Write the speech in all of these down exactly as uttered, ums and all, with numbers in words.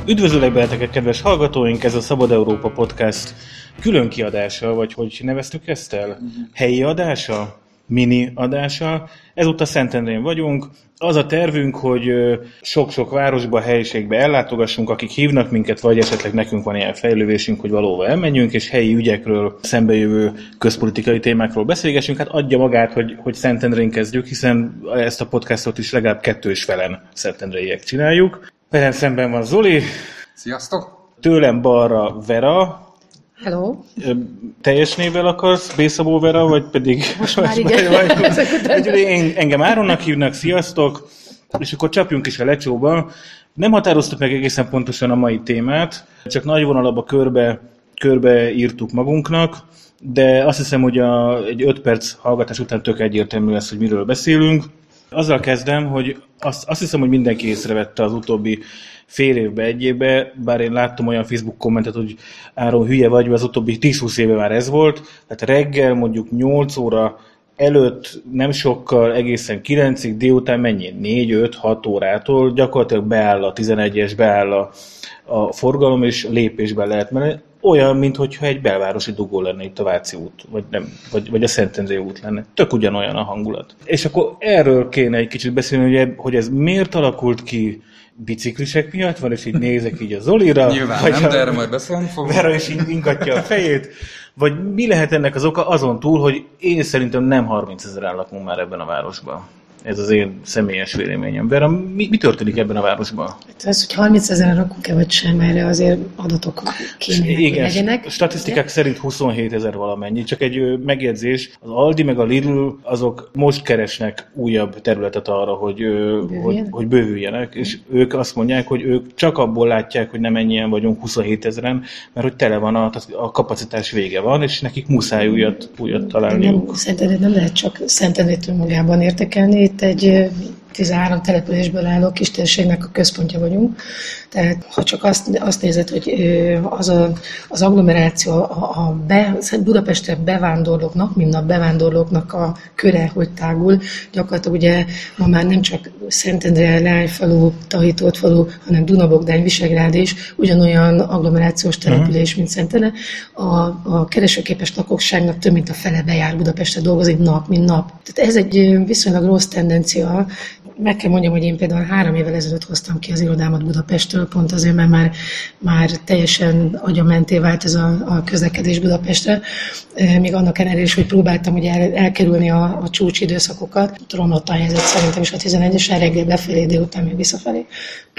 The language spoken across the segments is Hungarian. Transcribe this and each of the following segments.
Üdvözöllek benneteket, kedves hallgatóink! Ez a Szabad Európa Podcast külön kiadása, vagy hogy neveztük ezt el? Helyi adása? Mini adása? Ezúttal Szentendrén vagyunk. Az a tervünk, hogy sok-sok városba, helyiségbe ellátogassunk, akik hívnak minket, vagy esetleg nekünk van ilyen fejlődésünk, hogy valóban elmenjünk, és helyi ügyekről, szembejövő közpolitikai témákról beszélgessünk. Hát adja magát, hogy, hogy Szentendrén kezdjük, hiszen ezt a podcastot is legalább kettő és felen szentendréiek csináljuk. Velem szemben van Zoli. Sziasztok! Tőlem balra Vera. Hello. Teljes névvel akarsz? B-Szabó Vera, vagy pedig... Most már igen. Vagy, én, engem Áronnak hívnak, sziasztok! És akkor csapjunk is a lecsóba. Nem határoztuk meg egészen pontosan a mai témát, csak nagy vonalabba körbe, körbe írtuk magunknak, de azt hiszem, hogy a, egy öt perc hallgatás után tök egyértelmű lesz, hogy miről beszélünk. Azzal kezdem, hogy azt, azt hiszem, hogy mindenki észrevette az utóbbi fél évbe, egy évbe, bár én láttam olyan Facebook kommentet, hogy Áron hülye vagy, az utóbbi tíz-húsz éve már ez volt. Tehát reggel mondjuk nyolc óra előtt nem sokkal egészen kilencig, délután mennyi? négy-öt-hat órától gyakorlatilag beáll a tizenegyes, beáll a, a forgalom, és lépésben lehet menni. Olyan, mintha egy belvárosi dugó lenne itt a Váci út, vagy, nem, vagy, vagy a Szentendrei út lenne. Tök ugyanolyan a hangulat. És akkor erről kéne egy kicsit beszélni, hogy, hogy ez miért alakult ki biciklisek miatt van, és így nézek így a Zolira. Nyilván nem, a, de erre majd beszélni fogunk. Vera is ingatja a fejét. Vagy mi lehet ennek az oka azon túl, hogy én szerintem nem harmincezeren lakunk már ebben a városban. Ez az én személyes véleményem. Vera, mi, mi történik ebben a városban? Ez, hogy harmincezeren rakunk-e vagy sem, erre azért adatok kéne, igen, legyenek. Statisztikák ugye? Szerint huszonhétezer valamennyi. Csak egy megjegyzés, az Aldi meg a Lidl azok most keresnek újabb területet arra, hogy, hogy, hogy bővüljenek, és ők azt mondják, hogy ők csak abból látják, hogy nem ennyien vagyunk huszonhétezeren, mert hogy tele van, a, a kapacitás vége van, és nekik muszáj újat, újat találniuk. Nem, Szentendrét nem lehet csak Szentendrétől magában értekelni. Itt egy tizenhárom településből álló kistérségnek a központja vagyunk. Tehát ha csak azt, azt nézed, hogy az, a, az agglomeráció, a, a be, Budapestre bevándorlóknak, mindnap bevándorlóknak a köre, hogy tágul, gyakorlatilag ugye ma már nem csak Szentendre, Leányfalu, Tahitótfalu, hanem Dunabogdány, Visegrád is ugyanolyan agglomerációs település, uh-huh. mint Szentendre. A, a keresőképes lakosságnak több mint a fele bejár Budapestre dolgozik nap, mint nap. Tehát ez egy viszonylag rossz tendencia. Meg kell mondjam, hogy én például három évvel ezelőtt hoztam ki az irodámat Budapestről, pont azért, mert már, már teljesen agyamenté vált ez a, a közlekedés Budapestre, még annak ellenére is, hogy próbáltam ugye el, elkerülni a, a csúcsidőszakokat. Romlott a helyzet szerintem is a tizenegyesen reggel befelé, délután még visszafelé.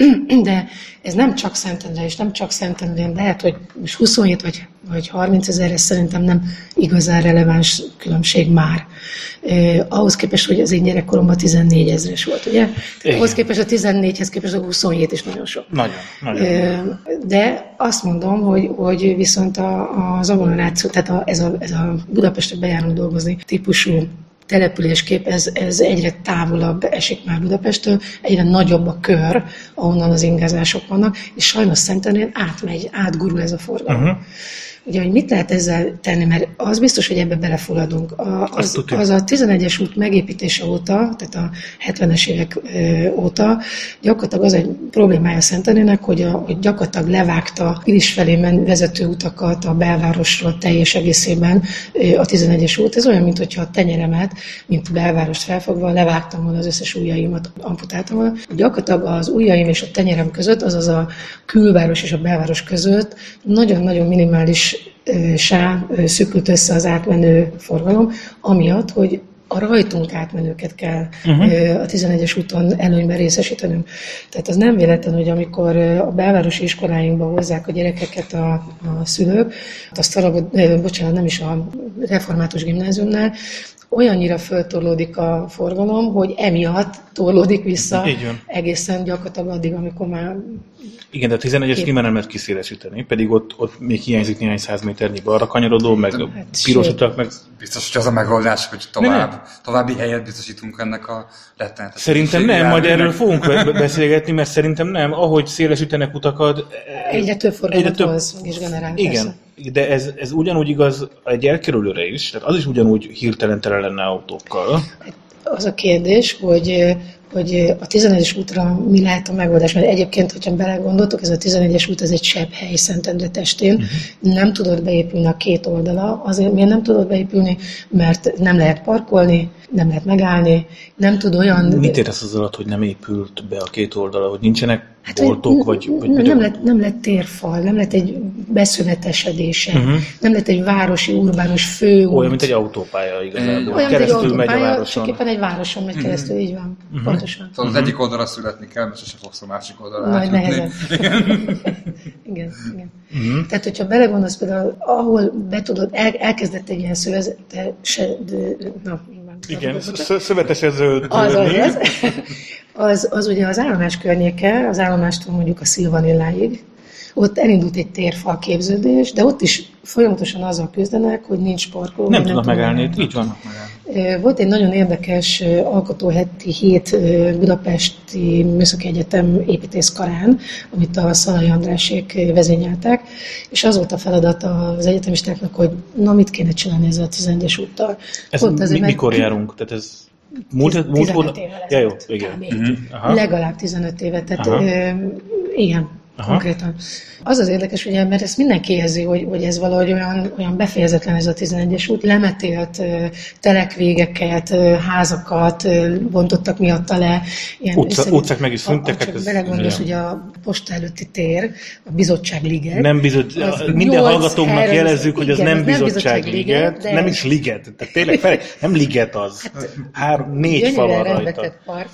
De ez nem csak Szentendre, és nem csak Szentendrén, lehet, hogy most huszonhét vagy, vagy harmincezer, ez szerintem nem igazán releváns különbség már. Eh, ahhoz képest, hogy az én gyerekkoromban tizennégy ezres volt, ugye? Ahhoz képest a tizennégyhez képest a huszonhét is nagyon sok. Nagyon, nagyon. Eh, de azt mondom, hogy, hogy viszont a, az agglomeráció, tehát a, ez, a, ez a Budapestre bejáró dolgozni típusú településkép, ez, ez egyre távolabb esik már Budapesttől, egyre nagyobb a kör, ahonnan az ingázások vannak, és sajnos Szentendrén átmegy, átgurul ez a forgalom. Uh-huh. Ugye, hogy mit lehet ezzel tenni, mert az biztos, hogy ebbe belefulladunk. A, az, az a tizenegyes út megépítése óta, tehát a hetvenes évek óta gyakorlatilag az egy problémája Szentendrének, hogy, a, hogy gyakorlatilag levágta Pilis felé vezető utakat a belvárosról teljes egészében a tizenegyes út. Ez olyan, mintha a tenyeremet, mint a belvárost felfogva, levágtam volna az összes ujjaimat, amputáltam volna. Gyakorlatilag az ujjaim és a tenyerem között, azaz a külváros és a belváros között nagyon-nagyon minimális sáv szűkült össze az átmenő forgalom, amiatt, hogy a rajtunk átmenőket kell uh-huh. a tizenegyes úton előnyben részesítenünk. Tehát az nem véletlen, hogy amikor a belvárosi iskoláinkba hozzák a gyerekeket a, a szülők, azt a, bocsánat, nem is a református gimnáziumnál, olyannyira föltorlódik a forgalom, hogy emiatt torlódik vissza egészen gyakorlatilag addig, amikor már... Igen, de a tizenegyes nyilván nem lehet kiszélesíteni, pedig ott, ott még hiányzik néhány száz méternyi balra kanyarodó, meg hát, piros utak, meg... Biztos, hogy az a megoldás, hogy tovább, további helyet biztosítunk ennek a rettenetes. Szerintem nem, majd erről fogunk beszélgetni, mert szerintem nem, ahogy szélesítenek utakat... Egyre több forgalmat hoz és generál. Igen, persze. De ez, ez ugyanúgy igaz egy elkerülőre is, tehát az is ugyanúgy hirtelen tele lenne autókkal. Az a kérdés, hogy hogy a tizenegyes útra mi lehet a megoldás. Mert egyébként, hogyha belegondoltok, ez a tizenegyes út, ez egy sebb hely Szentendre testén. Uh-huh. Nem tudod beépülni a két oldala. Azért miért nem tudod beépülni? Mert nem lehet parkolni, nem lehet megállni, nem tud olyan... Mit éresz az alatt, hogy nem épült be a két oldala, hogy nincsenek hát, boltok, vagy... vagy nem, lett, nem lett térfal, nem lett egy beszövetesedése, uh-huh. nem lett egy városi, urbánus főút. Olyan, mint egy autópálya igazából. Olyan, keresztül mint egy megy autópálya, a városon. csak éppen egy városon megy uh-huh. keresztül, így van. Uh-huh. Pontosan. Szóval az egyik oldalra születni kell, mert sose fogsz a másik oldalra Majd nehezebb. igen, igen. Uh-huh. Tehát, hogyha belegondolsz például, ahol be tudod, el, elkezdett egy ilyen szövezete, se, de, na, igen, szövetesező az, az, az, az ugye az állomás környéke, az állomástól mondjuk a Szilvanilláig, ott elindult egy térfal képződés, de ott is folyamatosan azzal küzdenek, hogy nincs parkoló. Nem tudnak megállni, így van. Volt egy nagyon érdekes alkotóheti hét Budapesti Műszaki Egyetem építészkarán, amit a Szalai Andrásék vezényeltek, és az volt a feladat az egyetemistáknak, hogy na mit kéne csinálni ezzel a tizenegyes úttal. Ez mi, mikor meg... járunk? Tehát ez múlt, múlt tizenöt évvel ja, jó, igen. Uh-huh. Legalább tizenöt évet, tehát ö, igen. Aha. Konkrétan. Az az érdekes, ugye, mert ezt mindenki érzi, hogy, hogy ez valahogy olyan, olyan befejezetlen ez a tizenegyes út, lemetélt telekvégeket, házakat bontottak miatta le. Ilyen Utca, össze, utcák meg is szüntek. Csak belegondolsz, hogy a posta előtti tér, a Bizottság liget. Nem bizot, minden hallgatónknak jelezzük, hogy az igen, nem Bizottság liget, de... nem is liget. Tehát tényleg fel, nem liget az. Hát, Három, négy fal van rajta.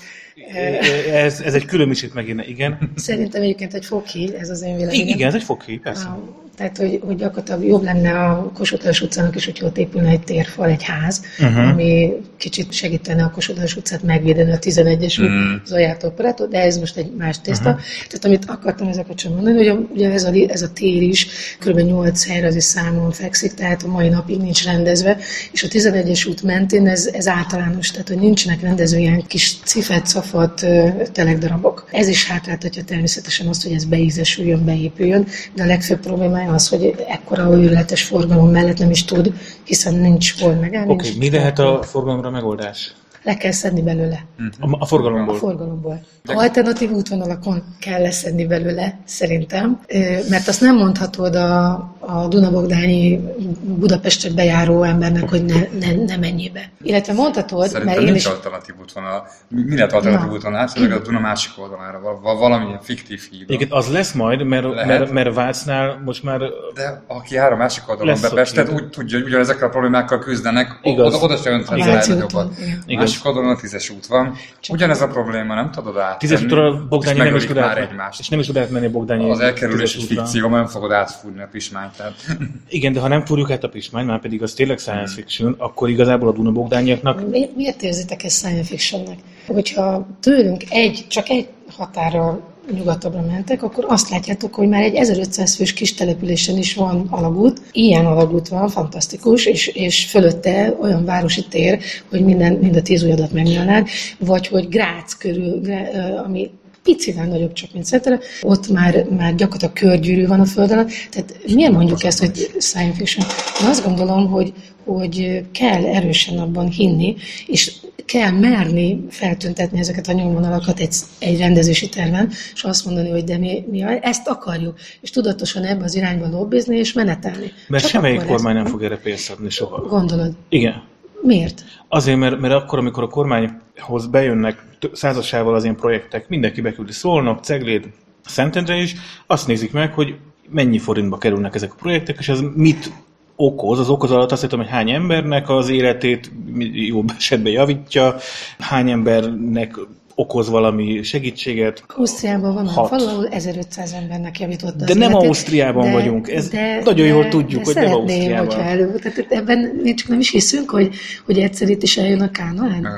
Ez, ez egy külön misét megint, igen. Szerintem egyébként egy fokhíj, ez az én véleményem. Igen, ez egy fokhíj, persze. A, tehát, hogy, hogy gyakorlatilag jobb lenne a Kossuth Lajos utcának is, hogyha ott épülne egy térfal, egy ház, uh-huh. ami kicsit segítene a Kossuth Lajos utcát megvédeni a tizenegyes út uh-huh. Zajától Parától, de ez most egy más tészta. Uh-huh. Tehát amit akartam ezzel kapcsolatban mondani, hogy ugye ez a, ez a tér is kb. nyolc helyrezi számon fekszik, tehát a mai napig nincs rendezve, és a tizenegyes út mentén ez, ez általános, tehát hogy nincsenek rendezve ilyen kis cifet, szafat telekdarabok. Ez is hátráltatja természetesen azt, hogy ez beízesüljön, beépüljön, de a legfőbb probléma az, hogy ekkora őrületes forgalom mellett nem is tud, hiszen nincs hol megállni. Oké, okay, mi lehet a forgalomra megoldás? Le kell szedni belőle. A, a forgalomból? A forgalomból. De... Alternatív útvonalakon kell leszedni belőle, szerintem. Mert azt nem mondhatod a, a Dunabogdányi Budapestre bejáró embernek, hogy ne, ne, ne menjél be. Illetve mondhatod, szerintem mert én nincs is... alternatív útvonal. Mi lehet alternatív Na. útvonal? Szerintem a Duna másik oldalára, valamilyen fiktív híd. Igen, az lesz majd, mert, mert, mert Vácnál most már... De aki jár a másik oldalon be Pestet, úgy tudja, hogy ugyanezekkel a problémákkal küzdenek, oda, oda se önthet a legnagyobb. Másik oldalon a tízes út van. Csak ugyanez a probléma, nem tudod áttenni. Tízes útra a Bogdányi nem is tud átmenni. És nem is tud átmenni a Bogdányi. Az elkerülés egy fikció, nem fogod átfúrni a Pismányt. Tehát. Igen, de ha nem fúrjuk át a Pismányt, már pedig az tényleg science fiction, akkor igazából a Duna-Bogdányiaknak... Mi, miért érzitek ezt science fictionnek? Hogyha tőlünk egy, csak egy határa nyugatabbra mentek, akkor azt látjátok, hogy már egy ezerötszáz fős kis településen is van alagút. Ilyen alagút van, fantasztikus, és, és fölötte olyan városi tér, hogy minden, mind a tíz ujjadat megnyalnád, vagy hogy Grác körül, ami picivel nagyobb csak, mint Szentendre, ott már, már gyakorlatilag körgyűrű van a föld alatt. Tehát miért mondjuk ezt, hogy science fiction? Én azt gondolom, hogy, hogy kell erősen abban hinni, és kell merni feltüntetni ezeket a nyomvonalakat egy, egy rendezési terven, és azt mondani, hogy de mi, mi ezt akarjuk, és tudatosan ebbe az irányba lobbizni és menetelni. Mert semmelyik kormány nem fog erre pénzt adni soha. Gondolod? Igen. Miért? Azért, mert, mert akkor, amikor a kormányhoz bejönnek százasával az ilyen projektek, mindenki beküldi Szolnok, Cegléd, Szentendre is, azt nézik meg, hogy mennyi forintba kerülnek ezek a projektek, és ez mit okoz. Az okoz alatt azt hiszem, hogy hány embernek az életét jobb esetben javítja, hány embernek okoz valami segítséget. Ausztriában van a falu, ahol ezerötszáz embernek javított az De nem életét, Ausztriában de, vagyunk. Ez de, nagyon jól de, tudjuk, de hogy nem Ausztriában. Hogyha elő, tehát ebben mi csak nem is hiszünk, hogy, hogy egyszer itt is eljön a Kánaán. Meg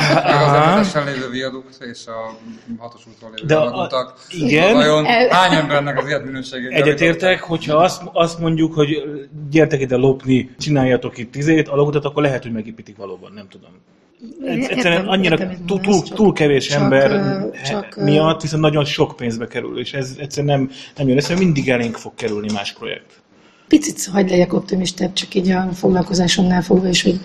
az esen lévő viadukt és a hatos úton lévő viadutak. Igen. Vajon hány embernek az életminőségét? Egyetértek, hogyha azt, azt mondjuk, hogy gyertek ide lopni, csináljatok itt tizét, alagutat, akkor lehet, hogy megépítik valóban, nem tudom. Egyszerűen értem, annyira értem, túl, túl, túl kevés csak, ember csak, miatt, hiszen nagyon sok pénzbe kerül, és ez egyszerűen nem, nem jön össze, mindig elénk fog kerülni más projekt. Picit hagyd legyek optimistább, csak így a foglalkozásomnál fogva is, hogy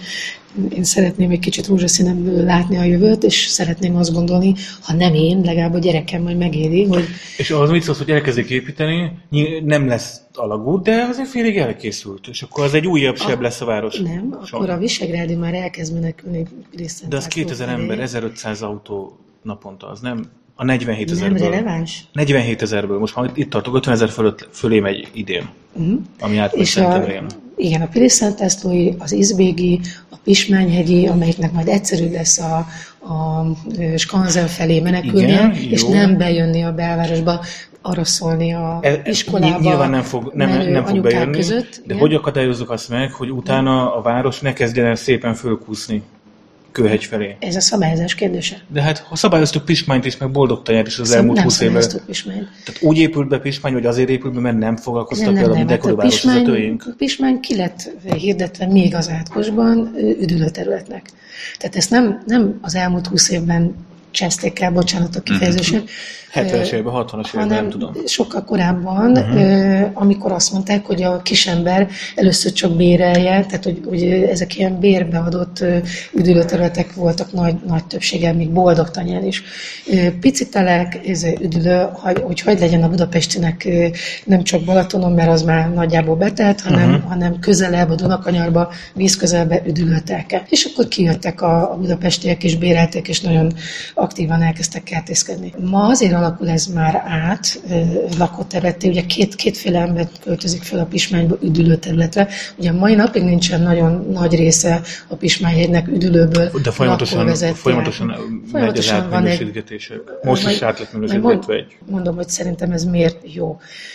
Én szeretném egy kicsit rózsaszínebből látni a jövőt, és szeretném azt gondolni, ha nem én, legalább a gyerekem majd megéri, hogy... És ahhoz mit szólsz, hogy elkezdik építeni, nem lesz alagút, de azért félig elkészült, és akkor az egy újabb seb a... lesz a város. Nem, Soha. Akkor a Visegrádi már elkezd menekülni. De az kétezer ember, ezerötszáz autó naponta, az nem... A negyvenhét ezerből. Nem releváns? negyvenhét ezerből. Most már itt tartok, ötven ezer fölött, fölé megy idén, uh-huh. ami átmegy Szentendrén. Igen, a Pilis-Szentlászlói, az Izbégi, a Pismányhegyi, amelyiknek majd egyszerű lesz a, a Skanzen felé menekülnie, igen, és jó. nem bejönni a belvárosba, arra szólni a e, iskolába, nyilván nem fog, nem, nem fog bejönni, között, de igen. hogy akadályozzuk azt meg, hogy utána a város ne kezdjen el szépen fölkúszni Kőhegy felé. Ez a szabályozás kérdése. De hát ha szabályoztuk Pismányt is, meg Boldogtanyát is az Szab, elmúlt húsz évben. Pismányt. Tehát úgy épült be Pismány, vagy azért épült be, mert nem foglalkoztak el a mindenkori városvezetőink? A Pismány ki lett hirdetve még az Átkosban üdülőterületnek. Tehát ezt nem, nem az elmúlt húsz évben cseszték el, bocsánat a kifejezését. hetvenes évben, hatvanas évben, nem tudom. Sokkal korábban, uh-huh. amikor azt mondták, hogy a kisember először csak bérelje, tehát hogy, hogy ezek ilyen bérbeadott üdülőterületek voltak nagy, nagy többséggel, még Boldogtanyán is. Pici telek, ez üdülő, hogy hogy legyen a budapestinek nem csak Balatonon, mert az már nagyjából betelt, hanem, uh-huh. hanem közelebb a Dunakanyarba, vízközelbe üdülőtelke. És akkor kijöttek a, a budapestiek és bérelték, és nagyon aktívan elkezdtek kertészkedni. Ma azért alakul ez már át lakóterületté, ugye két, kétféle ember költözik fel a Pismányba üdülőterületre. Ugye mai napig nincsen nagyon nagy része a Pismányhegynek üdülőből. De folyamatosan, folyamatosan megy az átminősítgetések. Most is át lett minősítgetve egy. Mondom, hogy szerintem ez miért jó.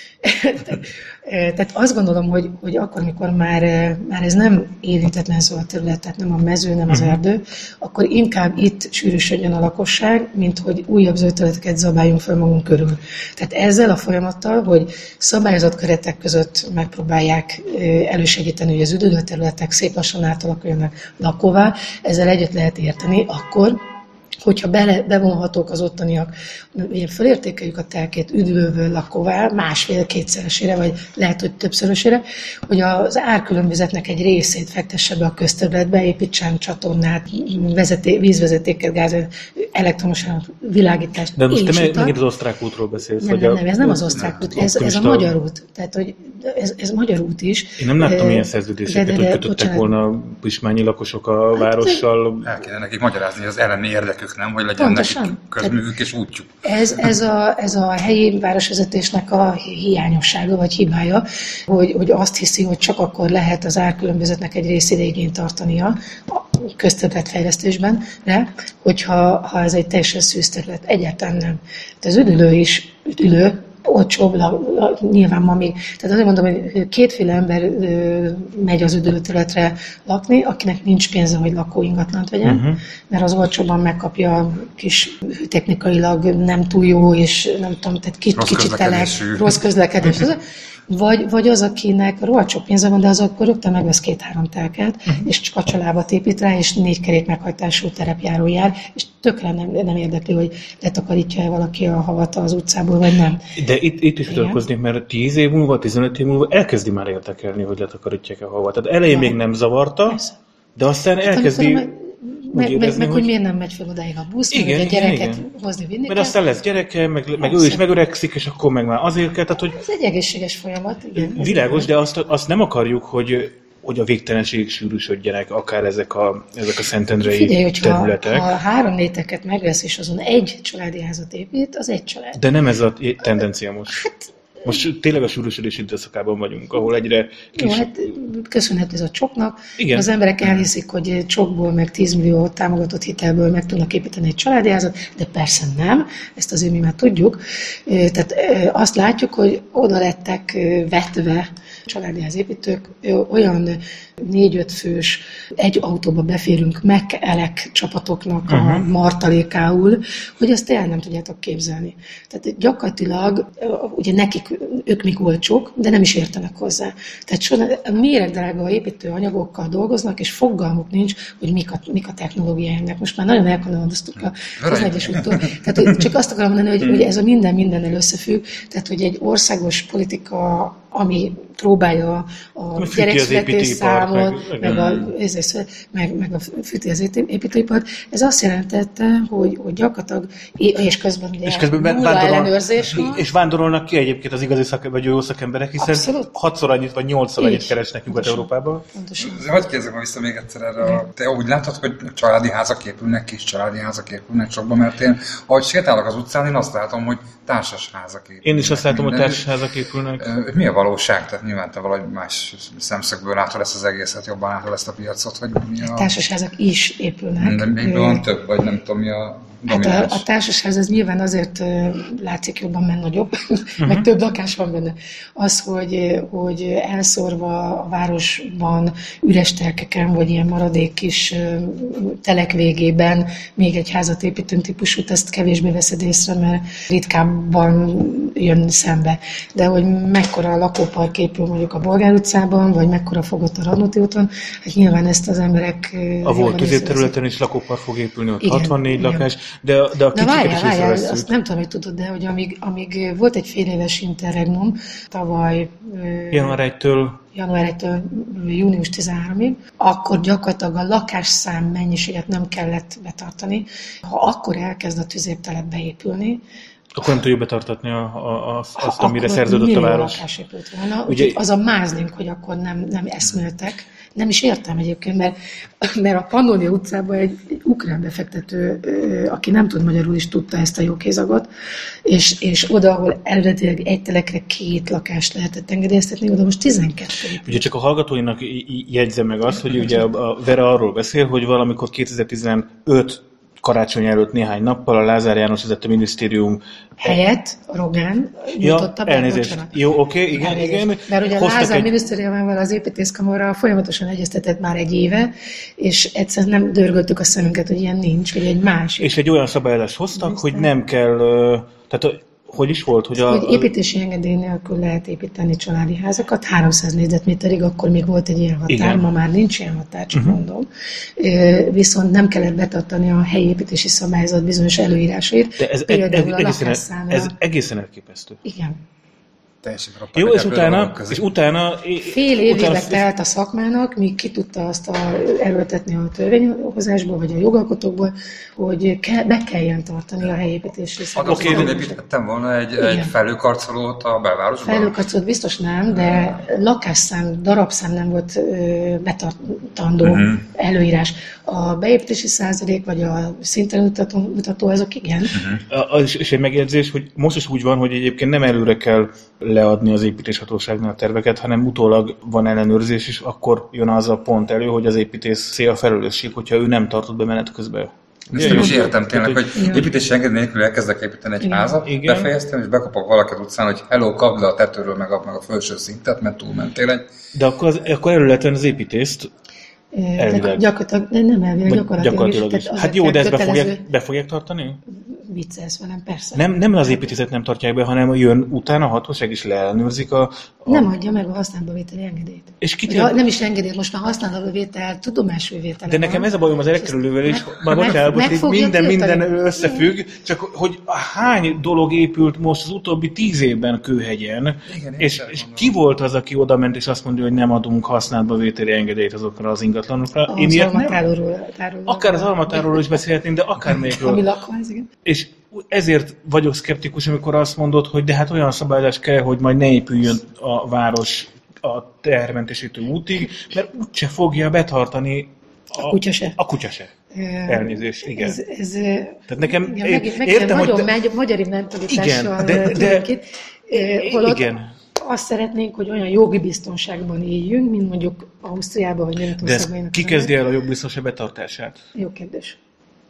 Tehát azt gondolom, hogy, hogy akkor, amikor már, már ez nem érintetlen szó a terület, tehát nem a mező, nem az erdő, akkor inkább itt sűrűsödjön a lakosság, mint hogy újabb zöldterületeket zabáljunk fel magunk körül. Tehát ezzel a folyamattal, hogy szabályozott keretek között megpróbálják elősegíteni, hogy az üdülőterületek szép lassan átalakuljanak lakóvá, ezzel együtt lehet érteni, akkor hogyha bele, bevonhatók az ottaniak, ugye felértékeljük a telkét üdülőből lakóvá, másfél-kétszeresére, vagy lehet, hogy többszörösére, hogy az árkülönbözetnek egy részét fektesse be a közterületbe, építsen csatornát, vezeté, vízvezetéket, gáz, elektromos világítást. De most te megint az osztrák útról beszélsz. Nem, nem, nem, ez nem az osztrák út, ez, ez a magyar út. Tehát, hogy ez, ez magyar út is. Én nem láttam ilyen szerződéseket, hogy kötöttek volna a pismányi lakosok a hát, várossal. El kéne nekik magyarázni, hogy az elleni érdekük nem, hogy legyen pontosan nekik közművük és útjuk. Ez, ez, a, ez a helyi városvezetésnek a hiányossága vagy hibája, hogy, hogy azt hiszi, hogy csak akkor lehet az árkülönbözetnek egy részére igényt tartania a közterületfejlesztésben, de hogyha ha ez egy teljesen szűz terület, egyáltalán nem. De az üdülő is üdülő, olcsóbb, nyilván ma még. Tehát azért mondom, hogy kétféle ember ö, megy az üdülőterületre lakni, akinek nincs pénze, hogy lakóingatlant vegyen, uh-huh. mert az olcsóban megkapja kis technikailag nem túl jó, és nem tudom, tehát kicsit, kicsit telek, rossz közlekedés. Vagy, vagy az, akinek rohadt sok pénze van, de az akkor rögtön megvesz két-három telket, uh-huh. és csak a csalábat épít rá, és négy kerék meghajtású terepjáró jár, és tökre nem, nem érdekli, hogy letakarítja-e valaki a havat az utcából, vagy nem. De itt, itt is vitatkoznék, mert tíz év múlva, tizenöt év múlva elkezdi már érdekelni, hogy letakarítják a havat. Tehát elején ja. még nem zavarta, persze. De aztán elkezdi... Hát, Meg, érezni, meg, meg hogy... hogy miért nem megy fel odáig a busz, igen, meg a gyereket igen. hozni, vinni kell. Mert aztán lesz gyereke, meg, meg ő is megöregszik, és akkor meg már azért kell. Tehát, hogy ez egy egészséges folyamat. Igen, világos, de azt, azt nem akarjuk, hogy, hogy a végtelenség sűrűsödjenek, akár ezek a, ezek a szentendrei Figyelj, hogyha területek. Ha három léteket megvesz, és azon egy családi házat épít, az egy család. De nem ez a tendencia most. Hát, most tényleg a sűrűsödés időszakában vagyunk, ahol egyre kis... Jó, hát köszönhető ez a csoknak. Igen. Az emberek elhiszik, hogy csokból, meg tíz millió támogatott hitelből meg tudnak építeni egy családi házat, de persze nem, ezt azért mi már tudjuk. Tehát azt látjuk, hogy oda lettek vetve családi házépítők, olyan négy-öt fős, egy autóba beférünk meg-elek csapatoknak uh-huh. a martalékául, hogy azt el nem tudjátok képzelni. Tehát gyakorlatilag ugye nekik ők még olcsók, de nem is értenek hozzá. Tehát soha méregdrága építőanyagokkal dolgoznak, és fogalmuk nincs, hogy mik a, mik a technológiájának. Most már nagyon elkanyarodoztuk a közlekedésúttól. Tehát hogy csak azt akarom mondani, hogy, hogy ez a minden mindennel összefügg, tehát hogy egy országos politika, ami próbálja a gyerekszületés számot, meg, meg, a, meg, meg a fűti az építőipart, ez azt jelentette, hogy, hogy gyakorlatilag, és közben ugye és közben nulla ellenőrzés van. És vándorolnak ki egyébként az igazi szak, vagy jó szakemberek, hiszen abszolút. hatszor annyit, vagy nyolcszor annyit keresnek Nyugat-Európában. Hogy kérdezem vissza még egyszer erre. A, te úgy látod, hogy családi házak épülnek, kis családi házak épülnek sokban, mert én, ahogy sétálok az utcán, én azt látom, hogy társas házak épülnek. Én is azt látom, minden, hogy társas házak épülnek. Mi a valóság? Tehát nyilván te valahogy más szemszögből látod ezt az egészet, jobban látod ezt a piacot, hogy mi a... Társasházak is épülnek. De még van több, vagy nem tudom, mi a domináns. Hát a, a társasház az nyilván azért uh, látszik jobban, mert nagyobb, uh-huh. meg több lakás van benne. Az, hogy, hogy elszórva a városban üres telkeken, vagy ilyen maradék kis uh, telek végében még egy házat építünk típusút, ezt kevésbé veszed észre, mert ritkábban jön szembe. De hogy mekkora a lakópark épül mondjuk a Bolgár utcában, vagy mekkora fogott a Radnóti úton, hát nyilván ezt az emberek... A volt középterületen is lakópark fog épülni, ott igen, hatvannégy igen. lakás, de, de a kicsiket is észreveszünk. Azt nem tudom, hogy tudod, de hogy amíg, amíg volt egy fél éves interregnum, tavaly... január elsejétől január elsejétől június tizenharmadikig, akkor gyakorlatilag a lakásszám mennyiséget nem kellett betartani. Ha akkor elkezd a tüzértelep beépülni, akkor nem tudjuk betartatni a, a, azt, azt amire szerződött a város. Lakás épült volna. Ugye, az a mázlink, hogy akkor nem, nem eszméltek. Nem is értem egyébként, mert, mert a Pannonia utcában egy, egy ukrán befektető, aki nem tud magyarul, is tudta ezt a jókézagot, és, és oda, ahol eredetileg egy telekre két lakást lehetett engedélyeztetni, oda most tizenkettő. Ugye csak a hallgatóinak jegyzem meg azt, hogy ugye a Vera arról beszél, hogy valamikor kétezer-tizenöt karácsony előtt néhány nappal a Lázár János vezette minisztérium helyett Rogán nyújtotta ja, be. Elnézést. Jó, oké, okay, igen, elnézést. igen. Mert ugye a Lázár egy... minisztériumával az építészkamara folyamatosan egyeztetett már egy éve, és egyszerűen nem dörgöltük a szemünket, hogy ilyen nincs, hogy egy másik. És egy olyan szabályozást hoztak, Biztos. hogy nem kell, tehát hogy is volt, hogy a... Hogy építési engedély nélkül lehet építeni családi házakat, háromszáz négyzetméterig, akkor még volt egy ilyen határ, igen. Ma már nincs ilyen határ, csak uh-huh. mondom. Viszont nem kellett betartani a helyi építési szabályzat bizonyos előírásait. De ez, például ez, ez, egészen, ez egészen elképesztő. Igen. Jó, és utána, és utána... Fél évig telt a szakmának, míg ki tudta azt a, erőltetni a törvényhozásból, vagy a jogalkotókból, hogy ke, be kelljen tartani a helyépítési szabályokat. Oké, én építettem volna egy, egy felőkarcolót a belvárosban? Felőkarcolót biztos nem, de lakásszám, darabszám nem volt ö, betartandó uh-huh. előírás. A beépítési százalék, vagy a szinten mutató, mutató azok igen. Uh-huh. És, és egy megjegyzés, hogy most is úgy van, hogy egyébként nem előre kell leadni az építéshatóságnál a terveket, hanem utólag van ellenőrzés, és akkor jön az a pont elő, hogy az építész a felelősség, hogyha ő nem tartott be menet közben. Ezt nem is értem tényleg, hogy építési engedély nélkül elkezdek építeni egy igen. házat, igen. befejeztem, és bekapok valakit utcán, hogy hello, kapd le a tetőről meg a, meg a felső szintet, mert túlmentél egy... De akkor, az, akkor erőletlen az építészt elvileg. Gyakorlatilag, nem elvileg, gyakorlatilag, gyakorlatilag is. is. Hát jó, de ezt be fogják, be fogják tartani? Viccelsz velem, persze. Nem, nem az építészet nem tartják be, hanem jön utána a hatóság is leellenőrzik a, a... Nem adja meg a használatba vételi engedélyt. És ki ja, nem is engedélyt, most már használatba vétel, tudomású vétel. De nekem ez a bajom az elektrolővel is, már bocsánat, most minden, minden összefügg, csak hogy hány dolog épült most az utóbbi tíz évben Kőhegyen, igen, és, és ki volt az, aki oda ment és azt mondja, hogy nem adunk használatba vételi engedélyt azokra az ingatlanokra. Én az almatáról. Akár az almatáról is beszélhetnénk, de akármelyikről. Ami lakváz, igen. És ezért vagyok szkeptikus, amikor azt mondod, hogy de hát olyan szabályozás kell, hogy majd ne épüljön a város a tehermentesítő útig, mert úgyse fogja betartani a, a kutya se. A kutya se. Elnézést, igen. Ez, ez, Tehát nekem, ja, meg, meg értem, nagyon hogy... Megy, magyari mentalitással igen, de, de, itt. Holott igen. Azt szeretnénk, hogy olyan jogi biztonságban éljünk, mint mondjuk Ausztriában, vagy Németországban. De ez ki kezdi el a jogbiztonság betartását? Jó kérdés.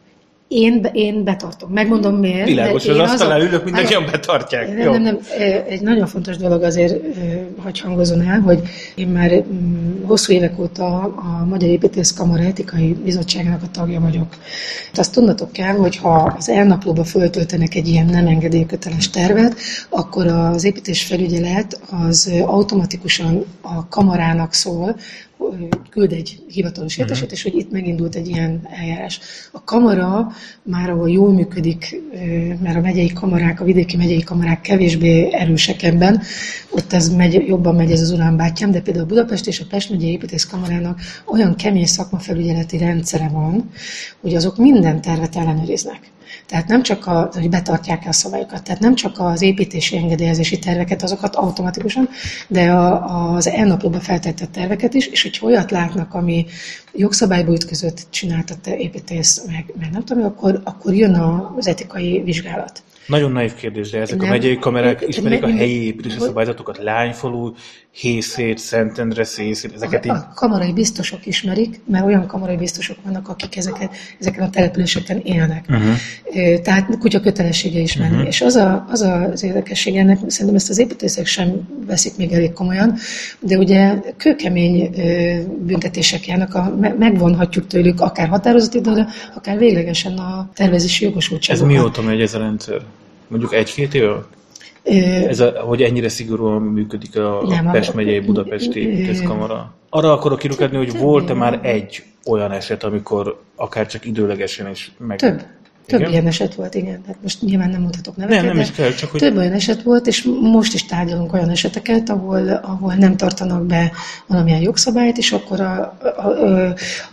Én, én betartom. Megmondom miért. Világos, az asztalán ülök, mindannyian betartják. Nem, nem, nem. Egy nagyon fontos dolog azért, hogy hangozzon el, hogy én már hosszú évek óta a Magyar Építészkamara Etikai Bizottságának a tagja vagyok. Azt tudnatok kell, hogy ha az elnaplóba föltöltenek egy ilyen nem engedélyköteles tervet, akkor az építésfelügyelet az automatikusan a kamarának szól, küld egy hivatalos értesítést, hogy itt megindult egy ilyen eljárás. A kamara már, ahol jól működik, mert a megyei kamarák, a vidéki megyei kamarák kevésbé erősek ebben, ott ez megy, jobban megy ez az uránbátyám, de például Budapest és a Pest megyei építészkamarának olyan kemény szakmafelügyeleti rendszere van, hogy azok minden tervet ellenőriznek. Tehát nem csak, a, hogy betartják-e a szabályokat, tehát nem csak az építési engedélyezési terveket, azokat automatikusan, de a, az elnaplóba feltöltött terveket is, és hogyha olyat látnak, ami jogszabályba ütközött csinálta te építész, meg, meg nem tudom, akkor, akkor jön az etikai vizsgálat. Nagyon naív kérdés, de ezek nem, a megyei kamerák ismerik a helyi építési szabályzatokat, Lányfalu, Hészét, Szentendre, Szészét, ezeket a, így... A kamarai biztosok ismerik, mert olyan kamarai biztosok vannak, akik ezeket, ezeken a településeken élnek. Uh-huh. Tehát kutya kötelessége ismerni. Uh-huh. És az, a, az az érdekesség ennek, szerintem ezt az építészek sem veszik még elég komolyan, de ugye kőkemény büntetések járnak, a, megvonhatjuk tőlük akár határozatidőre, akár véglegesen a tervezési jogosultságokat. Ez mióta megy ez a rendszer? Mondjuk egy-két éve? Ez a, hogy ennyire szigorúan működik a nem, Pest megyei Budapesti Építészkamara. Arra akarok kirukadni, hogy volt-e már egy olyan eset, amikor akár csak időlegesen is meg... Több. Több igen? ilyen eset volt, igen. Hát most nyilván nem mutatok neveket, nem, nem is kell, csak hogy... több olyan eset volt, és most is tárgyalunk olyan eseteket, ahol, ahol nem tartanak be valamilyen jogszabályt, és akkor a, a, a, a,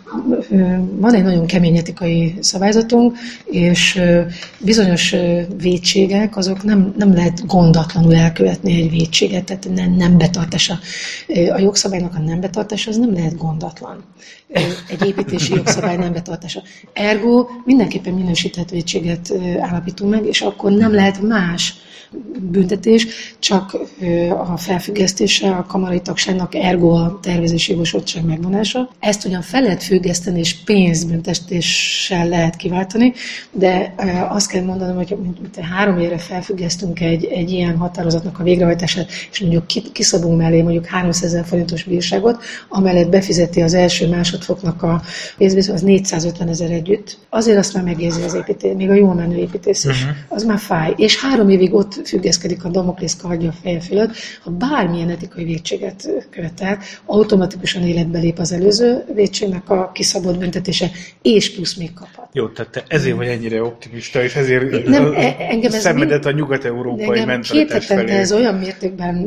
van egy nagyon kemény etikai szabályzatunk, és bizonyos vétségek, azok nem, nem lehet gondatlanul elkövetni egy vétséget, tehát nem, nem betartása. A jogszabálynak a nem betartása, az nem lehet gondatlan. Egy építési jogszabály nem betartása. Ergo mindenképpen minősített vétséget állapítunk meg, és akkor nem lehet más büntetés, csak a felfüggesztése, a kamarai tagságnak, ergo a tervezési jogosultság megvonása. Ezt ugyan fel lehet függeszteni, és pénzbüntetéssel lehet kiváltani, de azt kell mondanom, hogy három évre felfüggesztünk egy, egy ilyen határozatnak a végrehajtását, és mondjuk kiszabunk mellé mondjuk háromszázezer forintos bírságot, amellett befizeti az első másodfoknak a pénzbírságot, az négyszázötvenezer együtt. Azért azt már megérzi az építész, még a jól menő építész is. Uh-huh. Az már fáj. És három évig ott függeszkedik a Damoklész kardja a feje fölött, ha bármilyen etikai vétséget követel, automatikusan életbe lép az előző vétségnek a kiszabott büntetése, és plusz még kaphat. Jó, tehát te ezért vagy ennyire optimista, és ezért nem, engem szemedet a nyugat-európai mentalitás felé. Két hetente ez olyan mértékben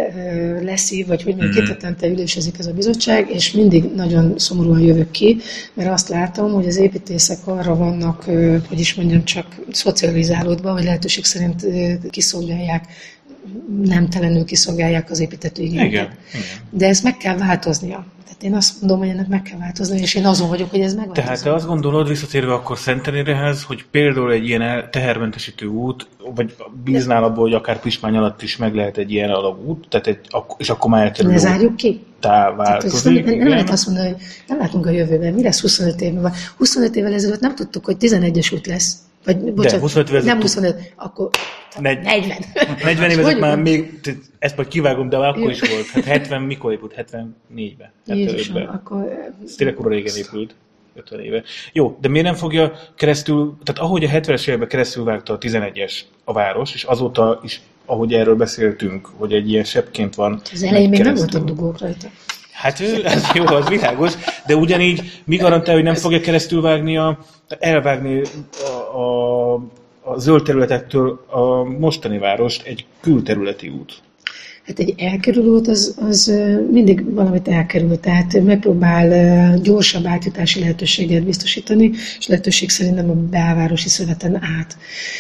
leszív, vagy hogy mondjuk mm-hmm. két hetente ülésezik ez a bizottság, és mindig nagyon szomorúan jövök ki, mert azt látom, hogy az építészek arra vannak, hogy is mondjam, csak szocializálódva, vagy lehetőség szerint kiszolgálják, nemtelenül kiszolgálják az építető igényeket. De ez meg kell változnia. Tehát én azt mondom, hogy ennek meg kell változni, és én azon vagyok, hogy ez megváltozik. Tehát te azt gondolod, visszatérve akkor Szentendréhez, hogy például egy ilyen tehermentesítő út, vagy bíznál abból, hogy akár Pismány alatt is meg lehet egy ilyen alagút, tehát egy, és akkor már elterül. Ne zárjuk ki? Változik. Nem, nem lehet azt mondani, hogy nem látunk a jövőben. Mi lesz huszonöt évvel? huszonöt évvel ezelőtt nem tudtuk, hogy tizenegyes út lesz. Vagy, bocsánat, huszonöt nem huszonöt, akkor negyven. negyven évezek már még, ezt majd kivágom, de akkor is volt. Hát hetven, mikor épült? hetvennégyben. Jézusom, akkor... Ez tényleg korra régen épült. ötven éve. Jó, de miért nem fogja keresztül, tehát ahogy a hetvenes években keresztül vágta a tizenegyes a város, és azóta is, ahogy erről beszéltünk, hogy egy ilyen sebként van. Az elején még nem voltak dugók rajta. Hát ez jó, az világos, de ugyanígy mi garantál, hogy nem fogja keresztülvágni, a, elvágni a, a, a zöld területektől a mostani várost egy külterületi út? Hát egy elkerülő út az, az mindig valamit elkerül, tehát megpróbál gyorsabb átjutási lehetőséget biztosítani, és lehetőség szerint nem a belvárosi szöveten át.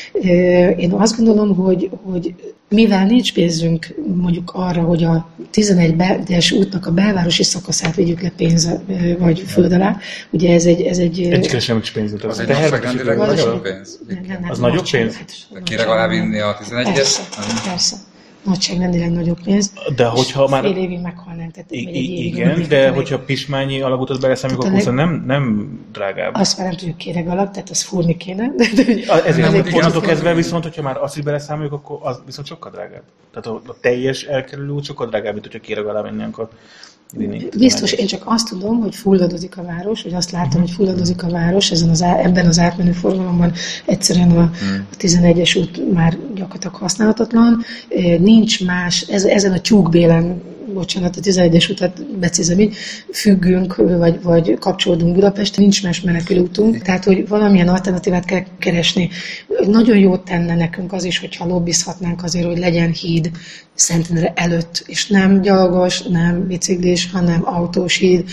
Én azt gondolom, hogy, hogy mivel nincs pénzünk mondjuk arra, hogy a tizenegyes útnak a belvárosi szakaszát vigyük le pénz vagy föld alá, ugye ez egy... Ez egy Egyikre sem is pénzült. Az egy nagyságrendileg nagyobb pénz. Az nagyobb pénz? Ki legalább vinni a tizenegyes? Persze, persze. nagyságrendileg nagyobb pénz. De hogyha már... Fél évig meghalnánk. Tehát I- I- igen, de hogyha Pismányi alagutat beleszámoljuk, akkor leg... nem, nem drágább. Azt már nem tudjuk kéreg alatt, tehát azt fúrni kéne. De, de, a, ezért onnantól kezdve viszont, hogyha már azt is beleszámoljuk, akkor az viszont sokkal drágább. Tehát a, a teljes elkerülő út sokkal drágább, mint hogyha kéreg alá menni, akkor... Biztos, én csak azt tudom, hogy fulladozik a város, vagy azt látom, uh-huh. hogy fulladozik a város ezen az á, ebben az átmenő forgalomban. Egyszerűen a, a tizenegyes út már gyakorlatilag használhatatlan. Nincs más, ez, ezen a tyúkbélen, bocsánat, a tizenegyes utat becézem így, függünk, vagy, vagy kapcsolódunk Budapesten, nincs más menekülőútunk. Tehát, hogy valamilyen alternatívát kell keresni. Nagyon jót tenne nekünk az is, hogyha lobbizhatnánk azért, hogy legyen híd Szentendre előtt, és nem gyalogos, nem biciklis, hanem autós híd.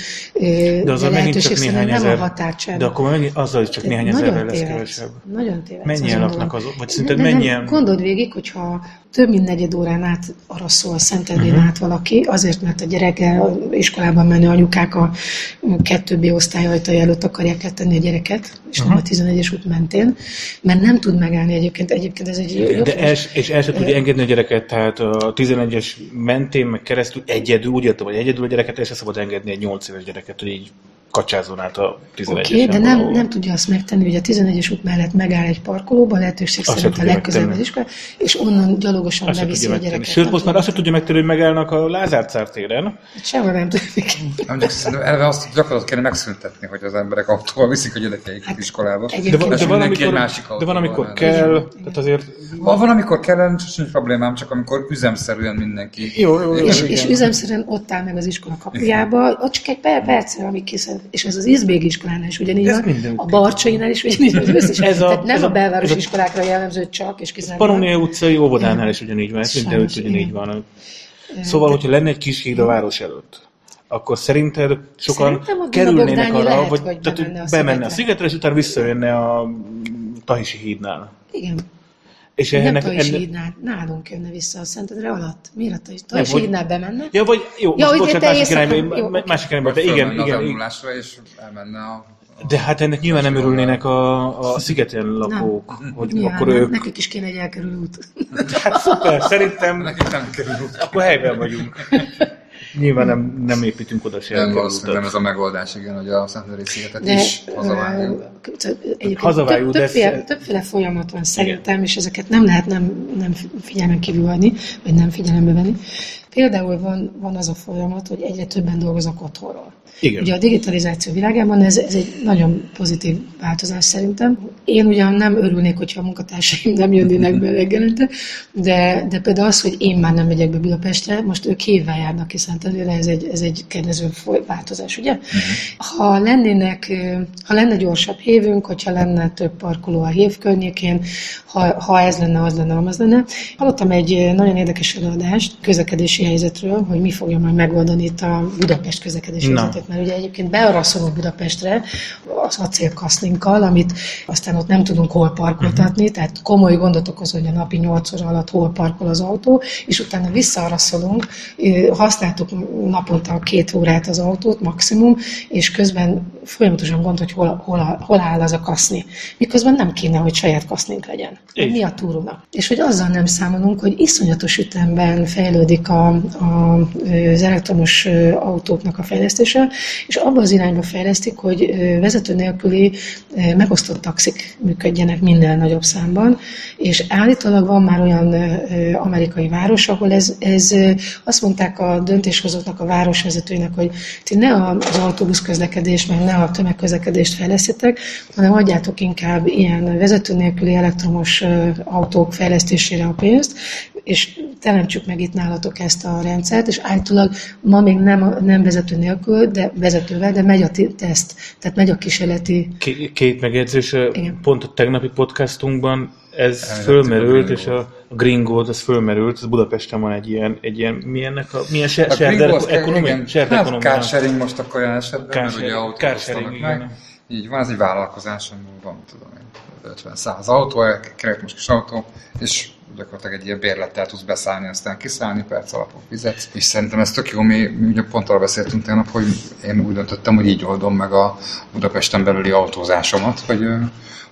De azzal megint csak néhány ezer. Nem a határcsend. De akkor megint azzal is csak néhány ezerrel lesz kevesebb. Nagyon tévedsz. Mennyien laknak azok? Vagy szerinted mennyien? Gondold végig, hogyha több mint negyed órán át araszol Szentendrén uh-huh. át valaki, azért, mert a gyerekkel iskolában menő anyukák a kettő B osztály ajtaja előtt akarják letenni a gyereket, és uh-huh. nem a tizenegyes út mentén, mert nem tud megállni egyébként. Egyébként ez egy jó. De els, és el sem tudja engedni a gyereket, tehát a tizenegyes mentén, meg keresztül egyedül, úgy értem, hogy egyedül a gyereket, el sem szabad engedni egy nyolc éves gyereket, hogy így kacsázon át a tizenegyesen. Oké, okay, de nem, nem tudja azt megtenni, hogy a tizenegyes út mellett megáll egy parkolóba, lehetőség azt szerint a legközelebb az iskola, és onnan gyalogosan azt beviszi a gyereket. Sőt, most már azt sem tudja megtenni, hogy megállnak a Lázár cár téren. Sehol nem tudjuk. Eleve azt gyakorlatilag kéne megszüntetni, hogy az emberek autóval viszik a gyerekeiket hát, iskolába. De, de, de, valamikor, de van, amikor kell, tehát azért... Van, amikor kell, nincs problémám, csak amikor üzemszerűen mindenki... Jó, jó, jó, és, és üzemszerűen ott áll meg az iskola kapujába, ott csak egy percre, amíg kiszed. És ez az Izbégi iskolánál is ugyanígy van, a Barcsainál is ugyanígy van, összes, ez a, tehát nem ez a belvárosi iskolákra jellemző csak, és kizárólag. Pannonia utcai óvodánál is ugyanígy van, mindenütt ugyanígy van. Szóval, hogyha lenne egy kis híd a város előtt, akkor szerinted sokan kerülnének arra, lehet, vagy hogy bemenne a, bemenne a szigetre, és utána visszajönne a Tahisi hídnál. Igen. És nem ennek, Tahisi ennek... hídnál, nálunk jönne vissza a Szentendre alatt. Miért a Tahisi, Tahisi vagy... hídnál bemenne? Ja, vagy jó, ja, most bocsánat, másik irányba, másik irányba, de igen, igen. Az elvonulásra, és elmenne a... De hát ennek nyilván nem örülnének a, a szigeten lakók, nem. hogy Nyilván, akkor nem. ők... Nekik is kéne egy elkerülő út. Hát szuper, szerintem... Nekik nem kerül út. Akkor helyben vagyunk. Nyilván nem, nem építünk oda se elkerülő utat. Nem ez a megoldás, igen, hogy a Szentendrei szigetet de, is hazavágjuk. Hazavágjuk, több, többféle, többféle folyamat van szerintem, igen. És ezeket nem lehet nem, nem figyelmen kívül adni, vagy nem figyelembe venni. Például van, van az a folyamat, hogy egyre többen dolgoznak otthonról. Igen. Ugye a digitalizáció világában ez, ez egy nagyon pozitív változás szerintem. Én ugyan nem örülnék, hogyha a munkatársaim nem jönnének be reggelente, de, de például az, hogy én már nem megyek be Budapestre, most ők hévvel járnak ki Szentendrére, ez egy, ez egy kedvező változás, ugye? Uh-huh. Ha lennének, ha lenne gyorsabb hévünk, hogyha lenne több parkoló a hév környékén, ha, ha ez lenne, az lenne, az lenne. Hallottam egy nagyon érdekes előadást közlekedési helyzetről, hogy mi fogja majd megoldani itt a Budapest közlekedési no. helyzetet, mert ugye egyébként bearaszolunk Budapestre az acélkaszlinkkal, amit aztán ott nem tudunk hol parkoltatni, uh-huh. tehát komoly gondot okoz, hogy a napi nyolc óra alatt hol parkol az autó, és utána visszaaraszolunk, használtuk naponta két órát az autót maximum, és közben folyamatosan gond, hogy hol, hol, hol áll az a kaszni. Miközben nem kéne, hogy saját kasznink legyen. Mi a túrónak? És hogy azzal nem számolunk, hogy iszonyatos ütemben fejlődik a, a, az elektromos autóknak a fejlesztése, és abban az irányba fejlesztik, hogy vezető nélküli megosztott taxik működjenek minden nagyobb számban, és állítólag van már olyan amerikai város, ahol ez, ez azt mondták a döntéshozóknak, a városvezetőinek, hogy ti ne az autóbusz közlekedés, meg ne a tömegközlekedést fejlesztitek, hanem adjátok inkább ilyen vezető nélküli elektromos autók fejlesztésére a pénzt, és teremtsük meg itt nálatok ezt a rendszert, és állítólag ma még nem, nem vezető nélkül, de vezetővel, de megy a teszt, tehát megy a kísérleti... Két megjegyzés, igen. Pont a tegnapi podcastunkban ez Elhetett fölmerült, és a Green Gold, ez fölmerült, ez Budapesten van egy ilyen, egy ilyen milyennek a, milyen shared economy? Hát carsharing most akkor olyan esetben, mert ugye autót osztanak meg. Így van, ez egy vállalkozás, amiben van, tudom én, ötven-száz autó, kerek most kis autó, és gyakorlatilag egy ilyen bérlettel tudsz beszállni, aztán kiszállni, perc alapon fizetsz. És szerintem ez tök jó, mi, mi ugye pont arra beszéltünk tegnap, hogy én úgy döntöttem, hogy így oldom meg a Budapesten belüli autózásomat, hogy,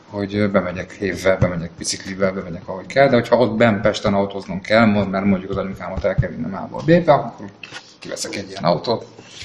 hogy bemegyek hévvel, bemegyek biciklivel, bemegyek ahogy kell, de hogyha ott benn Pesten autóznom kell, mert mondjuk az anyukámat el kell vinnem A-ból B-be, akkor kiveszek egy ilyen autót,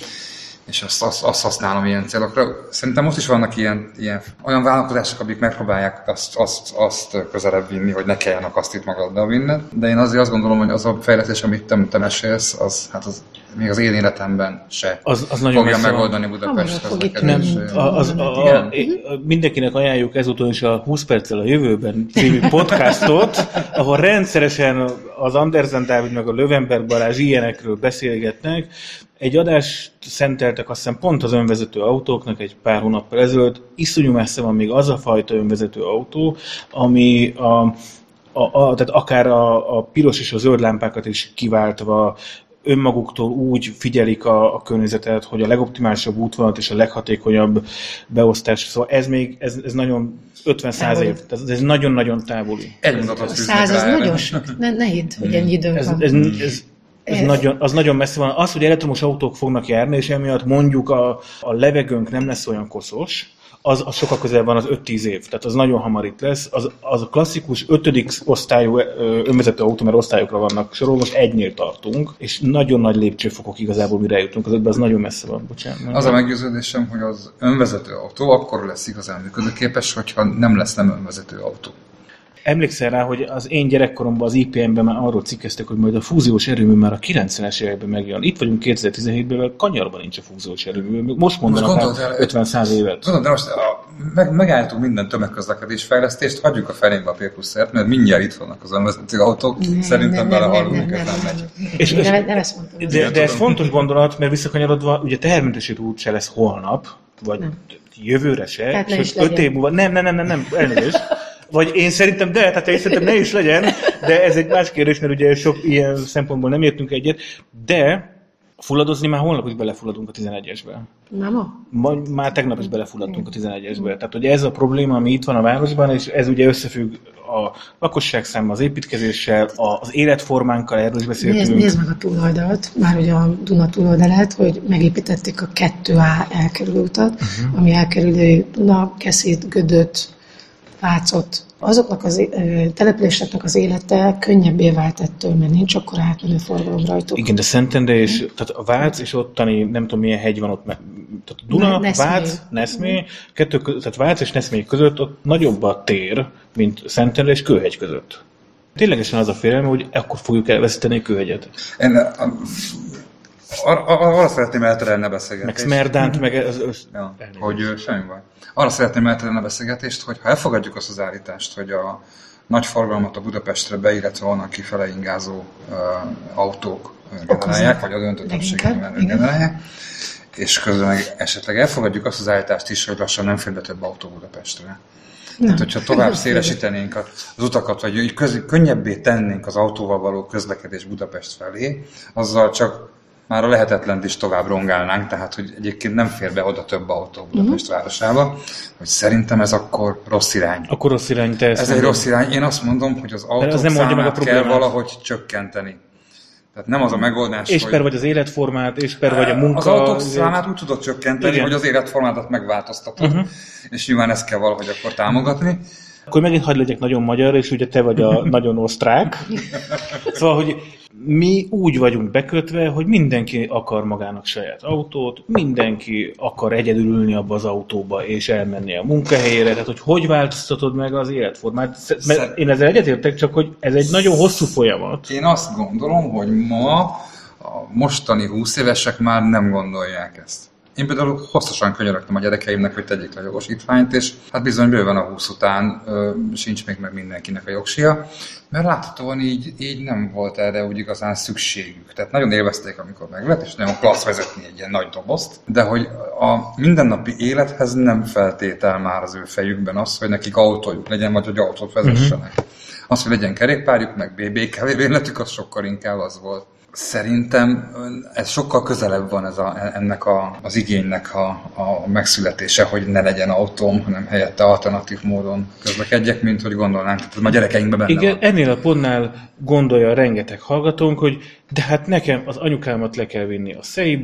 és azt, azt, azt használom ilyen célokra. Szerintem most is vannak ilyen, ilyen olyan vállalkozások, akik megpróbálják azt, azt, azt közelebb vinni, hogy ne kelljen akasztit magaddal vinned. De én azért azt gondolom, hogy az a fejlesztés, amit te, te mesélsz, az, hát az, még az én életemben se az, az fogja megoldani Budapest közlekedését. Az, a, a, a, mindenkinek ajánljuk ezúton is a húsz perccel a jövőben című podcastot, ahol rendszeresen az Andersen Dávid meg a Löwenberg Balázs ilyenekről beszélgetnek. Egy adást szenteltek azt hiszem pont az önvezető autóknak egy pár hónappal ezelőtt. Iszonyú messze van még az a fajta önvezető autó, ami a, a, a, tehát akár a, a piros és a zöld lámpákat is kiváltva önmaguktól úgy figyelik a, a környezetet, hogy a legoptimálisabb útvonalat és a leghatékonyabb beosztás. Szóval ez még, ez, ez nagyon ötven-száz év, tehát ez nagyon-nagyon távoli. Egy mondatot fűznek rá. száz az nagyon sok, ne, ne hidd, hogy ennyi időnk ez, van. Ez, ez, ez, Ez nagyon, az nagyon messze van. Az, hogy elektromos autók fognak járni, és emiatt mondjuk a, a levegőnk nem lesz olyan koszos, az, az sokkal közel van az öt-tíz év. Tehát az nagyon hamar itt lesz. Az, az a klasszikus ötödik osztályú önvezető autó, mert osztályokra vannak sorolva, most egynél tartunk, és nagyon nagy lépcsőfokok igazából, mire eljutunk az ötbe, az nagyon messze van. Bocsánat. Az a meggyőződésem, hogy az önvezető autó akkor lesz igazán működőképes, hogyha nem lesz nem önvezető autó. Emlékszel rá, hogy az én gyerekkoromban az I P M-ben már arról cikkeztek, hogy majd a fúziós erőmű már a kilencvenes években megjön. Itt vagyunk kétezer-tizenhétben, kanyarban nincs a fúziós erőmű. Most mondanak már ötven-száz évet. Gondolod, de most a, meg, megálltuk minden tömegközlekedés fejlesztést, hagyjuk a fenékbe a P plusz R-t, mert mindjárt itt vannak az önvezető autók. Nem, Szerintem belehalunk, ez nem megy. És, és, nem, nem ezt mondtam. De, de ez fontos gondolat, mert visszakanyarodva, ugye tehermentesítő út se lesz holnap, vagy nem. Jövőre se, és öt év múlva. Nem, nem, nem, nem, nem, elnézést. Vagy én szerintem, de, tehát én szerintem ne is legyen, de ez egy más kérdés, mert ugye sok ilyen szempontból nem értünk egyet, de fulladozni már holnap is belefulladunk a tizenegyesbe. Már ma? ma? Már tegnap is belefulladtunk a tizenegyesbe. Tehát ugye ez a probléma, ami itt van a városban, és ez ugye összefügg a lakosság számmal, az építkezéssel, az életformánkkal, erről is beszéltünk. Nézd, nézd meg a túloldalt, már ugye a Duna túloldalát, hogy megépítették a kettő A elkerülő utat, uh-huh. ami elkerülő Duna, Keszét, Gödöt, Vácot. Azoknak az településeknek az élete könnyebbé vált ettől, mert nincs akkor átmenő forgalom rajtuk. Igen, de Szentendre és tehát a Vác és ottani, nem tudom milyen hegy van ott, tehát Duna, Neszmé. Vác, Neszmé, kettő, tehát Vác és Neszmé között ott nagyobb a tér, mint Szentendre és Kőhegy között. Ténylegesen az a félelme, hogy akkor fogjuk elveszíteni a Kőhegyet. Én, a, Ar- ar- arra szeretném elterelni a beszélgetést. Meg Szmerdánt, meg az össz... Ja, hogy semmi baj. Arra szeretném elterelni a beszélgetést, hogy ha elfogadjuk azt az állítást, hogy a nagy forgalmat a Budapestre be, illetve onnan kifele ingázó uh, autók generálják, vagy a döntő többségében generálják, és közben meg esetleg elfogadjuk azt az állítást is, hogy lassan nem fér be több autó Budapestre. Nem. Tehát, hogyha tovább szélesítenénk az utakat, vagy köz- könnyebbé tennénk az autóval való közlekedés Budapest felé, azzal csak már a lehetetlent is tovább rongálnánk, tehát hogy egyébként nem fér be oda több autó Budapest uh-huh. városába, hogy szerintem ez akkor rossz irány. Akkor rossz irány, te Ez egy rossz irány. Én azt mondom, hogy az autók az számát kell valahogy csökkenteni. Tehát nem az a megoldás, és per vagy az életformát, és per vagy a munka... Az autók számát úgy tudod csökkenteni, igen. hogy az életformádat megváltoztatod, uh-huh. és nyilván ezt kell valahogy akkor támogatni. Akkor megint hagyd legyek nagyon magyar, és ugye te vagy a nagyon osztrák. Szóval, hogy mi úgy vagyunk bekötve, hogy mindenki akar magának saját autót, mindenki akar egyedül ülni abba az autóba, és elmenni a munkahelyére. Tehát, hogy hogy változtatod meg az életformát? Mert én ezzel egyetértek, csak hogy ez egy nagyon hosszú folyamat. Én azt gondolom, hogy ma a mostani húsz évesek már nem gondolják ezt. Én például hosszasan könyörögtem a gyerekeimnek, hogy tegyék le a jogosítványt, és hát bizony bőven a húsz után ö, sincs még meg mindenkinek a jogsia, mert láthatóan így, így nem volt erre úgy igazán szükségük. Tehát nagyon élvezték, amikor meglett, és nagyon klassz vezetni egy ilyen nagy dobozt, de hogy a mindennapi élethez nem feltétel már az ő fejükben az, hogy nekik autójuk legyen, vagy hogy autót vezessenek. Uh-huh. Az, hogy legyen kerékpárjuk, meg bé bé ká véletük, az sokkal inkább az volt. Szerintem ez sokkal közelebb van ez a, ennek a, az igénynek a, a megszületése, hogy ne legyen autóm, hanem helyette alternatív módon közlekedjek, mint hogy gondolnánk. Tehát ez a gyerekeinkben benne igen, van. Ennél a pontnál gondolja rengeteg hallgatónk, hogy de hát nekem az anyukámat le kell vinni a Szeibe,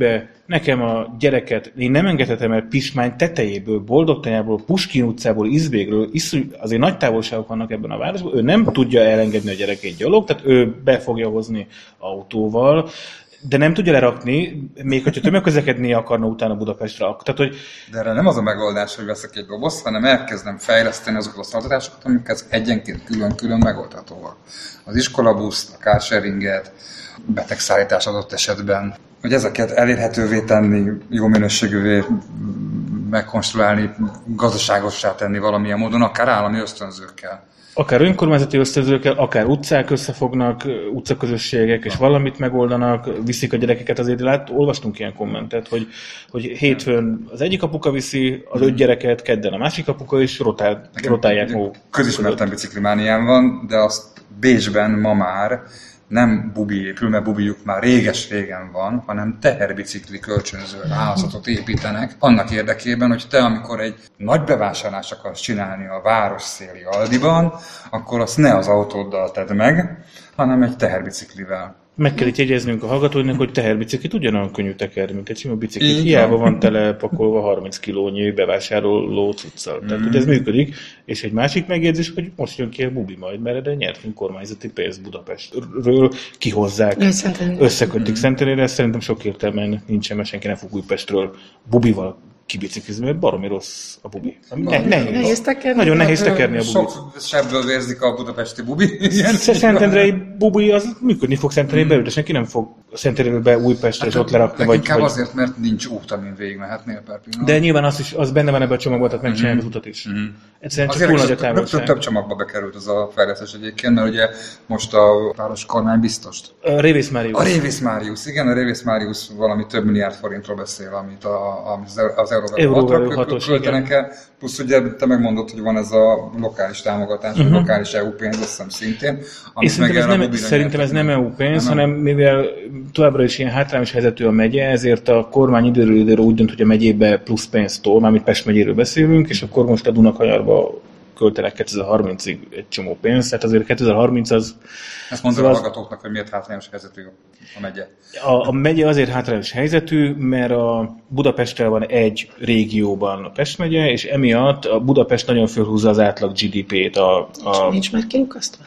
nekem a gyereket, én nem engedhetem el Pismány tetejéből, Boldogtanyából, Puskin utcából, Izbégről, iszony, azért nagy távolságok vannak ebben a városban, ő nem tudja elengedni a gyerekét gyalog, tehát ő be fogja hozni autóval, de nem tudja lerakni, még hogyha tömegközlekedni akarna utána Budapestre. Tehát, hogy... De erre nem az a megoldás, hogy veszek egy dobozt, hanem elkezdem fejleszteni azokat a szolgáltatásokat, amik egyenként külön-külön megoldhatóak. Az iskolabuszt, a carsharinget, betegszállítás adott esetben, hogy ezeket elérhetővé tenni, jó minőségűvé megkonstruálni, gazdaságossá tenni valamilyen módon, akár állami ösztönzőkkel. Akár önkormányzati ösztönzőkkel, akár utcák összefognak, utcaközösségek, és valamit megoldanak, viszik a gyerekeket. Azért lát, olvastunk ilyen kommentet, hogy, hogy hétfőn az egyik apuka viszi az öt gyereket, kedden a másik apuka, és rotál, rotálják maguk. Közismerten biciklimániám van, de azt Bécsben ma már nem bubi épül, mert bubijuk már réges-régen van, hanem teherbicikli kölcsönző hálózatot építenek annak érdekében, hogy te, amikor egy nagy bevásárlást akarsz csinálni a városszéli Aldiban, akkor azt ne az autóddal tedd meg, hanem egy teherbiciklivel. Meg kell itt jegyeznünk a hallgatóinak, hogy teherbiciklit ugyanolyan könnyű tekerni, mint egy sima biciklit. Hiába van telepakolva harminc kilónyi bevásároló cuccal. Tehát, hogy ez működik. És egy másik megjegyzés, hogy most jön ki a bubi majd, mert erre nyertünk kormányzati pénzt Budapestről, kihozzák, összekötik Szentendrére. Szerintem sok értelmen nincsen, mert senki nem fog Újpestről bubival kibiciklizni, mert baromi rossz a bubi. Ne, nehéz. nehéz tekerni. Nagyon nehéz tekerni a bubit. Sok sebből vérzik a budapesti bubi. Szentendrei bubi az működni fog Szentendrén belül, de senki nem fog Szentendréről be Újpestre hát, és ott lerakni. Vagy, inkább vagy... azért, mert nincs út, amin végigmehetnél per pillanat. De nyilván az is, az benne van ebben a csomagban, tehát megcsinálják mm-hmm. az utat is. Mm-hmm. Egyszerűen csak túl nagy a távolság. Több csomagba bekerült az a fejlesztés egyébként, mert ugye most a város kormány biztost. A Révész Máriusz. A Révész Máriusz, igen, a Révész Máriusz valami több milliárd forintról beszél, amit a, az Euróval költenek el. Plusz ugye te megmondod, hogy van ez a lokális támogatás, uh-huh. a lokális é u pénz, azt hiszem szintén. És szerintem, ez nem, szerintem ez nem é u pénz, nem, hanem mivel továbbra is ilyen hátrányos helyzetű a megye, ezért a kormány időről időről úgy dönt, hogy a megyébe plusz pénzt tol, mármint Pest megyéről beszélünk, és akkor most a Dunakanyarba költenek kétezer-harmincig egy csomó pénzt, tehát azért kétezer-harminc az... Ezt mondom az... a hallgatóknak, hogy miért hátrányos helyzetű a megye. A, a megye azért hátrányos helyzetű, mert a Budapesttel van egy régióban a Pest megye, és emiatt a Budapest nagyon fölhúzza az átlag gé dé pét. A, a... Nincs már kilukasztva?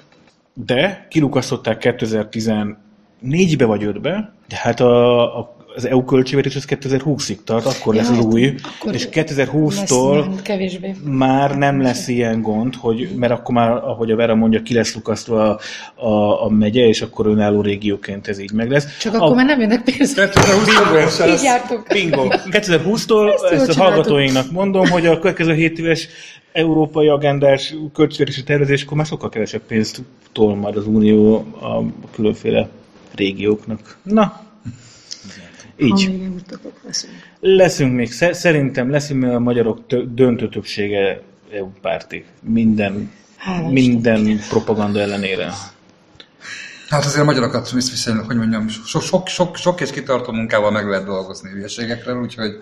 De kilukasztották kétezer-tizennégybe vagy ötbe, de hát a, a az é u költségvetés az kétezer-húszig tart, akkor ja, lesz az új, és kétezer-húsztól már nem lesz ilyen gond, hogy, mert akkor már, ahogy a Vera mondja, ki lesz lukasztva a, a, a megye, és akkor önálló régióként ez így meg lesz. Csak akkor a... már nem jönnek pénzek. Így jártunk. Bingo. kétezer-húsztól ezt, ezt a hallgatóinknak mondom, hogy a következő hét éves európai agendás költségvetési tervezéskor már sokkal kevesebb pénzt tol majd az Unió a különféle régióknak. Na, így. Leszünk. leszünk még. Szerintem leszünk, mert a magyarok tö- döntő többsége é u párti. Minden, minden propaganda ellenére. Hát azért a magyarokat viszonylag, hogy mondjam, sok, sok, sok, sok és kitartó munkával meg lehet dolgozni hülyeségekről, úgyhogy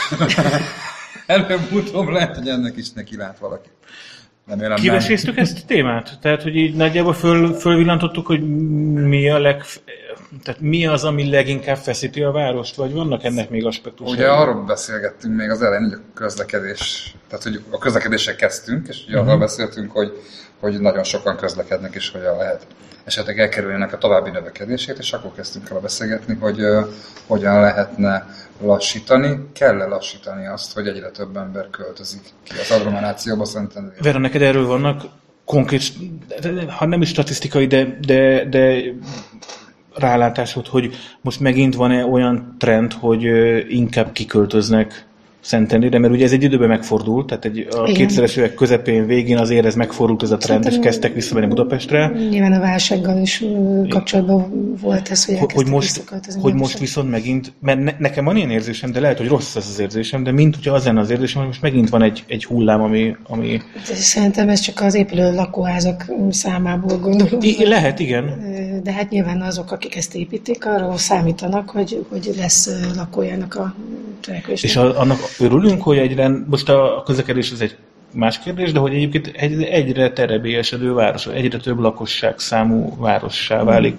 előbb-utóbb lehet, hogy ennek is neki lát valaki. Kiveséztük ezt a témát? Tehát, hogy így nagyjából föl, fölvillantottuk, hogy mi a leg... Tehát mi az, ami leginkább feszíti a várost, vagy vannak ennek még aspektusai? Ugye arról beszélgettünk még az elején, hogy a közlekedés, tehát hogy a közlekedéssel kezdtünk, és ugye uh-huh. arról beszéltünk, hogy, hogy nagyon sokan közlekednek, és hogy lehet esetleg elkerüljenek a további növekedését, és akkor kezdtünk el beszélgetni, hogy uh, hogyan lehetne lassítani, kell-e lassítani azt, hogy egyre több ember költözik ki az agglomerációba Szentendrén. Vera, neked erről vannak konkrét, ha nem is statisztikai, de, de, de rálátásod, hogy most megint van-e olyan trend, hogy inkább kiköltöznek Szentendrére, mert ugye ez egy időben megfordult, tehát egy, a kétszeres évek közepén, végén azért ez megfordult ez a trend, és kezdtek visszamenni Budapestre. Nyilván a válsággal is kapcsolatban volt ez, hogy hogy most, hogy most viszont megint, mert ne, nekem van ilyen érzésem, de lehet, hogy rossz ez az érzésem, de mint hogyha az lenne az érzésem, hogy most megint van egy, egy hullám, ami... ami... Szerintem ez csak az épülő lakóházak számából gondolom. I, lehet, igen. De hát nyilván azok, akik ezt építik, arról számítanak, hogy, hogy lesz lakójának a törekvésnek. És a, annak örülünk, hogy egyre, most a közlekedés ez egy más kérdés, de hogy egyébként egy, egyre terebélyesedő város, egyre több lakosság számú várossá válik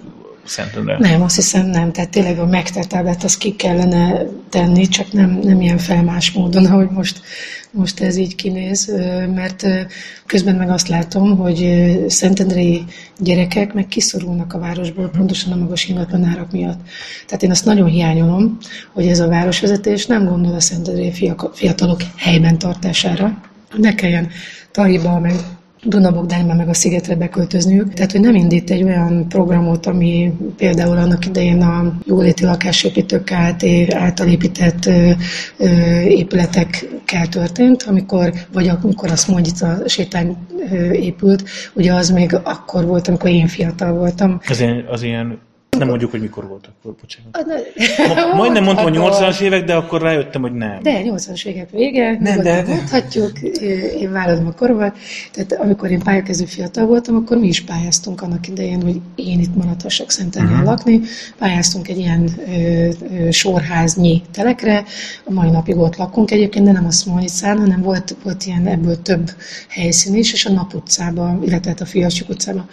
Szentendre. Nem, azt hiszem nem. Tehát tényleg a megtett táblát azt ki kellene tenni, csak nem, nem ilyen felmás módon, ahogy most, most ez így kinéz, mert közben meg azt látom, hogy szentendrei gyerekek meg kiszorulnak a városból, pontosan a magas ingatlanárak miatt. Tehát én azt nagyon hiányolom, hogy ez a városvezetés nem gondol a szentendrei fiatalok helyben tartására, ne kelljen Tariba, meg Dunabogdányba, meg a Szigetre beköltözniük. Tehát, hogy nem indít egy olyan programot, ami például annak idején a jóléti lakásépítők által épített ö, ö, épületekkel történt, amikor, vagy amikor a Smolnyica sétány ö, épült, ugye az még akkor volt, amikor én fiatal voltam. Az ilyen, az ilyen nem mondjuk, hogy mikor volt akkor, bocsánat. Ma, majdnem mondtam, hogy nyolcvanas évek, de akkor rájöttem, hogy nem. De, nyolcvanas évek vége, nem, de, de. mondhatjuk, én vállalom a koromat. Tehát amikor én pályakező fiatal voltam, akkor mi is pályáztunk annak idején, hogy én itt maradhassak Szentendrén uh-huh. lakni. Pályáztunk egy ilyen ö, ö, sorháznyi telekre, a mai napig ott lakunk egyébként, de nem a Smolnyicán, hanem volt, volt ilyen ebből több helyszín is, és a Nap utcában, illetve a Fiassik utcában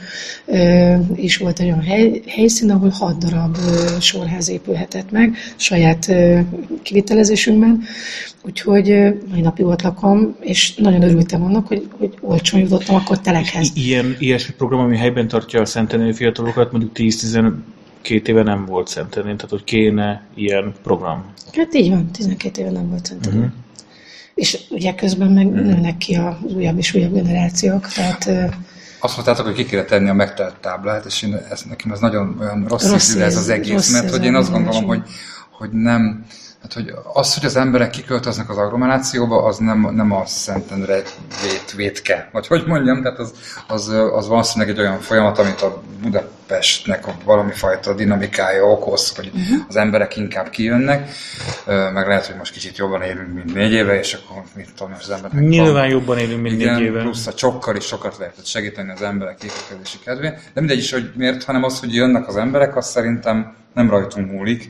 ö, is volt egy olyan hely, helyszín, ahol hat darab ö, sorház épülhetett meg saját ö, kivitelezésünkben. Úgyhogy ö, mai napig ott lakom, és nagyon örültem annak, hogy, hogy olcsón jutottam akkor telekhez. I- ilyen, ilyesmi program, ami helyben tartja a szentendrei fiatalokat, mondjuk tíz-tizenkét éve nem volt Szentendrén, tehát hogy kéne ilyen program. Hát így van, tizenkét éve nem volt Szentendrén. Uh-huh. És ugye közben meg uh-huh. nőnek ki az újabb és újabb generációk, tehát... Ö, azt mondtátok, hogy ki kéne tenni a megtelt táblát, és én, ez, nekem ez nagyon olyan rossz, rossz ízű ez az egész, mert hogy én azt gondolom, hogy, hogy nem, hát, hogy az, hogy az emberek kiköltöznek az agglomerációba, az nem, nem a Szentendre vét, vétke, vagy hogy mondjam, tehát az, az, az valószínűleg egy olyan folyamat, amit a Budapestnek valami fajta dinamikája okoz, hogy uh-huh. az emberek inkább kijönnek, meg lehet, hogy most kicsit jobban élünk, mint négy éve, és akkor mit tudom, az embernek nyilván van, jobban élünk, mint igen, négy éve. Plusz a csokkal is sokat lehetett segíteni az emberek építkezési kedvén, de mindegy is, hogy miért, hanem az, hogy jönnek az emberek, az szerintem nem rajtunk múlik,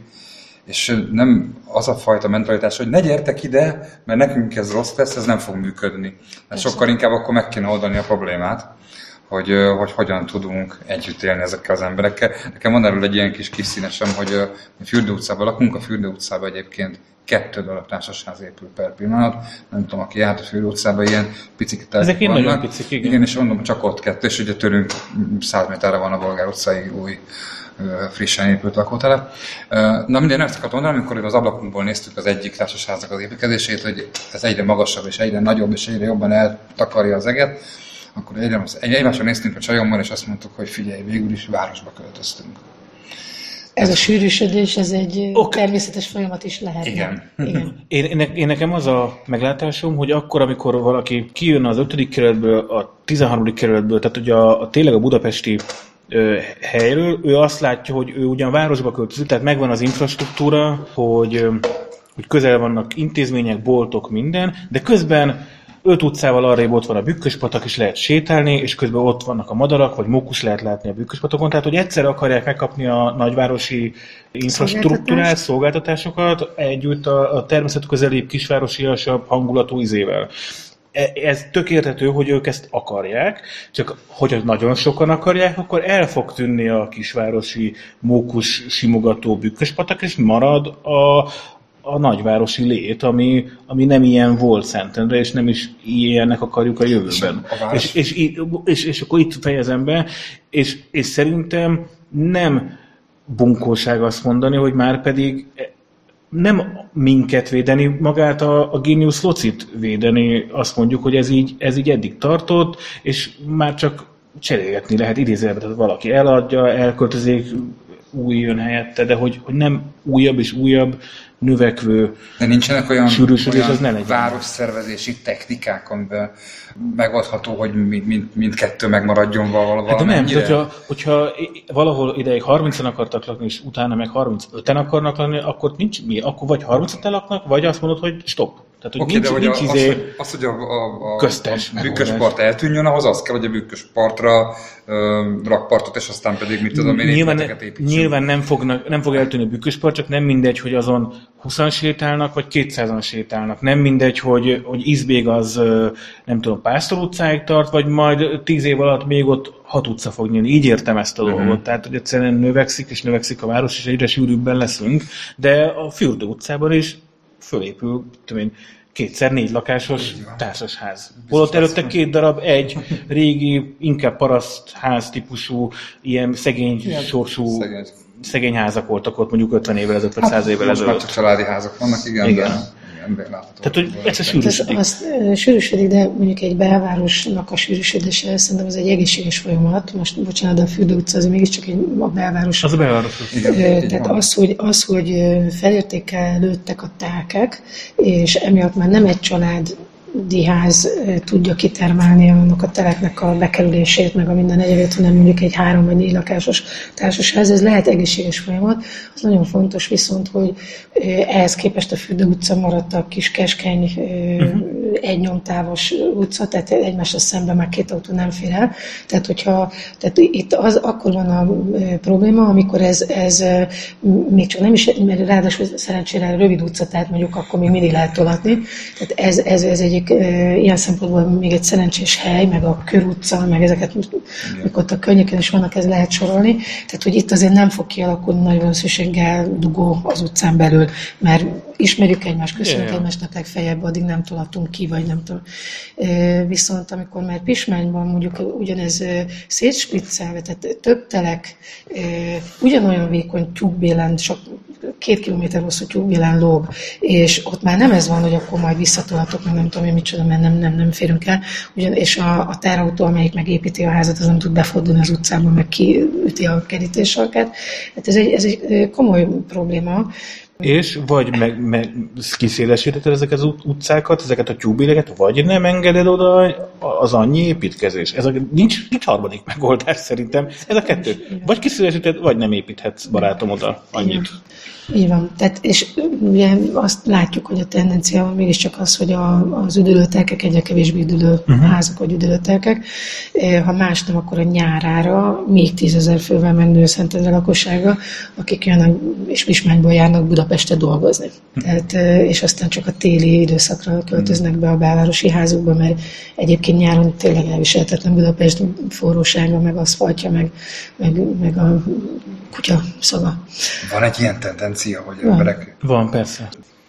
és nem az a fajta mentalitás, hogy ne gyertek ide, mert nekünk ez rossz lesz, ez nem fog működni. Mert sokkal inkább akkor meg kéne oldani a problémát, hogy, hogy hogyan tudunk együtt élni ezekkel az emberekkel. Nekem van erről egy ilyen kis kis színesem, hogy a Fürde utcában lakunk, a Fürde utcában egyébként kettő darab társasház épül per pillanat. Nem tudom, aki járt a Fürde utcában, ilyen picik ezek én nagyon picik, igen. Igen, és mondom, csak ott kettő, és ugye tőlünk száz méterre van a Bolgár utcai új frissen épült lakótelep. Na minden, nem akartam mondani, amikor az ablakunkból néztük az egyik társasháznak az építkezését, hogy ez egyre magasabb, és egyre nagyobb, és egyre jobban eltakarja az eget, akkor egyre, egymásra néztünk a csajommal, és azt mondtuk, hogy figyelj, végül is városba költöztünk. Ez a sűrűsödés, ez egy okay. természetes folyamat is lehet. Igen. Igen. Én, én nekem az a meglátásom, hogy akkor, amikor valaki kijön az ötödik kerületből, a tizenharmadik kerületből, tehát ugye a, a tényleg a budapesti ö, helyről, ő azt látja, hogy ő ugyan városba költözik, tehát megvan az infrastruktúra, hogy, ö, hogy közel vannak intézmények, boltok, minden, de közben öt utcával arrébb ott van a Bükköspatak, és lehet sétálni, és közben ott vannak a madarak, vagy mókus lehet látni a Bükköspatokon. Tehát, hogy egyszerre akarják megkapni a nagyvárosi infrastruktúrát, szolgáltatásokat, együtt a, a természet közelibb, kisvárosiasabb hangulatú izével. Ez tök érthető, hogy ők ezt akarják, csak hogyha nagyon sokan akarják, akkor el fog tűnni a kisvárosi mókus simogató Bükköspatak, és marad a a nagyvárosi lét, ami, ami nem ilyen volt Szentendre, és nem is ilyennek akarjuk a jövőben. A és, és, és, és akkor itt fejezem be, és, és szerintem nem bunkóság azt mondani, hogy már pedig nem minket védeni, magát a, a Genius Locit védeni, azt mondjuk, hogy ez így, ez így eddig tartott, és már csak cserélgetni lehet idézőjelben, tehát valaki eladja, elköltözik, új jön helyette, de hogy, hogy nem újabb és újabb növekvő de nincsenek olyan, sűrűsödés, az ne olyan városszervezési technikák, amiben megoldható, hogy mind, mind, mindkettő megmaradjon valahol hát nem, hogyha, hogyha valahol ideig harmincan akartak lakni, és utána meg harmincöten akarnak lakni, akkor nincs mi, akkor vagy harmincöten laknak, vagy azt mondod, hogy stop. Tehát, hogy okay, nincs, de hogy nincs a, izé az, hogy, az, hogy a, a, a, köztes a bükkös part eltűnjön, ahhoz az kell, hogy a bükkös partra ö, rakpartot, és aztán pedig, mit tudom én, nyilván, építünk. nyilván nem, fognak, nem fog eltűnni a bükkös part, csak nem mindegy, hogy azon húszan sétálnak, vagy kétszázan sétálnak. Nem mindegy, hogy, hogy Izbég az, nem tudom, Pásztor utcáig tart, vagy majd tíz év alatt még ott hat utca fog nyílni. Így értem ezt a dolgot. Uh-huh. Tehát, hogy egyszerűen növekszik, és növekszik a város, és egyre sűrűbben leszünk, de a Fürdő utcában is fölépül, tudom én, kétszer négy lakásos társasház. Holott előtte két darab, egy régi, inkább parasztház típusú, ilyen szegény ilyen sorsú szegény. szegény házak voltak ott mondjuk ötven évvel ezelőtt, vagy száz évvel ezelőtt. Most már családi házak vannak, igen, igen. de... Tehát, hogy egyszer sűrűsödik. Az, az sűrűsödik, de mondjuk egy belvárosnak a sűrűsödése, szerintem az egy egészséges folyamat. Most, bocsánat, de a Fürdő utca az mégiscsak egy a belváros. Az a belváros. Igen, tehát az hogy, az, hogy felértékelődtek a telkek, és emiatt már nem egy család diház tudja kitermelni annak a teleknek a bekerülését, meg a minden egyébként, hanem mondjuk egy három vagy négy lakásos társasház, ez lehet egészséges folyamat. Az nagyon fontos viszont, hogy ehhez képest a Fürdő utca maradt a kis keskeny, uh-huh. egy nyomtávos utca, tehát egymásra szemben már két autó nem fér el. Tehát, hogyha, tehát itt az, akkor van a probléma, amikor ez, ez még csak nem is, mert ráadásul szerencsére rövid utca, tehát mondjuk akkor még mindig lehet tolatni. Tehát ez, ez, ez egy ilyen szempontból még egy szerencsés hely, meg a körutca, meg ezeket, mikor ott a környéken is vannak, ez lehet sorolni. Tehát, hogy itt azért nem fog kialakulni nagy valószínűséggel dugó az utcán belül, mert ismerjük egymást, köszönjük yeah. egymásnak legfeljebb, addig nem tolatunk ki, vagy nem tudom. Viszont amikor már Pismányban mondjuk ugyanez szétspiccelve, tehát több telek ugyanolyan vékony tyúkbélen, sok két kilométer hosszú tyúkbélen lóg, és ott már nem ez van, hogy akkor majd visszatolatok, meg nem tudom én micsoda, mert nem, nem, nem férünk el. Ugyan, és a, a terautó, amelyik megépíti a házat, az nem tud befordulni az utcában, meg kiüti a kerítésalkát. Hát ez egy, ez egy komoly probléma. És vagy meg, meg kiszélesítetted ezeket az utcákat, ezeket a tyúkbéleket, vagy nem engeded oda az annyi építkezés. Ez a, nincs, nincs harmadik megoldás szerintem. Ez a kettő. Vagy kiszélesíted, vagy nem építhetsz, barátom, oda annyit. Így van. Tehát, és ugye azt látjuk, hogy a tendencia mégiscsak az, hogy a, az üdülőtelkek egyre kevésbé üdülő uh-huh. házak vagy üdülőtelkek. Ha más nem, akkor a nyárára még tízezer fővel megnő a Szentendre lakossága, akik jönnek és Pismányból járnak Budapestre dolgozni. Tehát, és aztán csak a téli időszakra költöznek be a belvárosi házukba, mert egyébként nyáron tényleg elviselhetetlen Budapest forrósága, meg aszfaltja, meg, meg, meg a kutya szaga. Van egy ilyen tendencia, hogy van. emberek... Van, persze.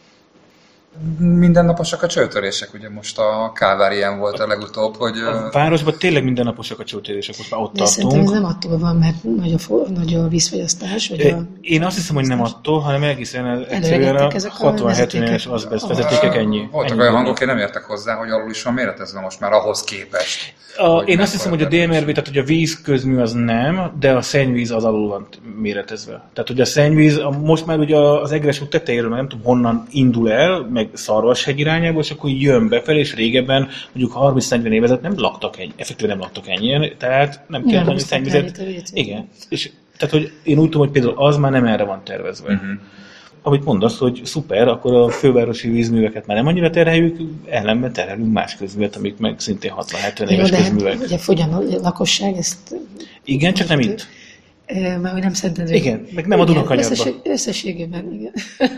Mindennaposak a csőtörések, ugye most a Kálvár ilyen volt a legutóbb, hogy... A városban tényleg mindennaposak a csőtörések, most már ott de tartunk. Szerintem ez nem attól van, mert nagy a, nagy a vízfogyasztás, vagy a... Én azt hiszem, hogy nem attól, hanem egészen egyszerűen a hatvan-hetven éves azbest vezetékek, ennyi. Voltak ennyi olyan hangok, én nem értek hozzá, hogy alul is van méretezve most már ahhoz képest. A, én azt hiszem, hogy a dé em er vé, tehát hogy a vízközmű az nem, de a szennyvíz az alul van méretezve. Tehát, hogy a szennyvíz, a, most már ugye az Egres út tetejéről, meg nem tudom honnan indul el, meg Szarvashegy irányából, és akkor jön befelé, és régebben mondjuk harminc-negyven évezet nem laktak ennyi, effektíven nem laktak ennyien, tehát nem kellett annyi szennyvizet. Igen. És tehát, hogy én úgy tudom, hogy például az már nem erre van tervezve. Uh-huh. Amit mondasz, hogy szuper, akkor a fővárosi vízműveket már nem annyira terheljük, ellenben terhelünk más közművet, amik meg szintén hatvan-hetven éves de közművek. Ugye fogyan a lakosság, ezt... Igen, csak nem itt. Már hogy nem Szentendre. Igen, meg nem a Dunakanyarban. Összesség, összességében, igen.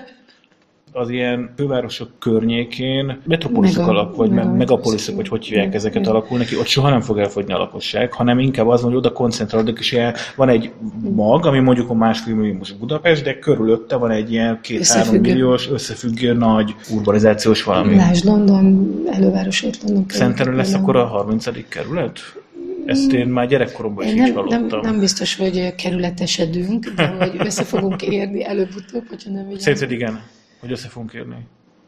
Az ilyen fővárosok környékén metropoliszok alak, vagy meg megapoliszok, vagy hogy hívják ezeket igen. alakulnak ki, ott soha nem fog elfogyni a lakosság, hanem inkább az, hogy oda koncentrálódik, és ilyen, van egy mag, ami mondjuk a másfél millió most Budapest, de körülötte van egy ilyen két-három milliós összefüggő nagy urbanizációs valami. Lásd London, elővárosait London. Szentendre lesz akkor a harmincadik kerület? Ezt én már gyerekkoromban is nem, így hallottam. Nem, nem biztos, hogy kerületesedünk, de hogy össze fogunk érni előbb-utóbb, hogyha nem vigyázunk. Szerinted igen, hogy össze fogunk érni.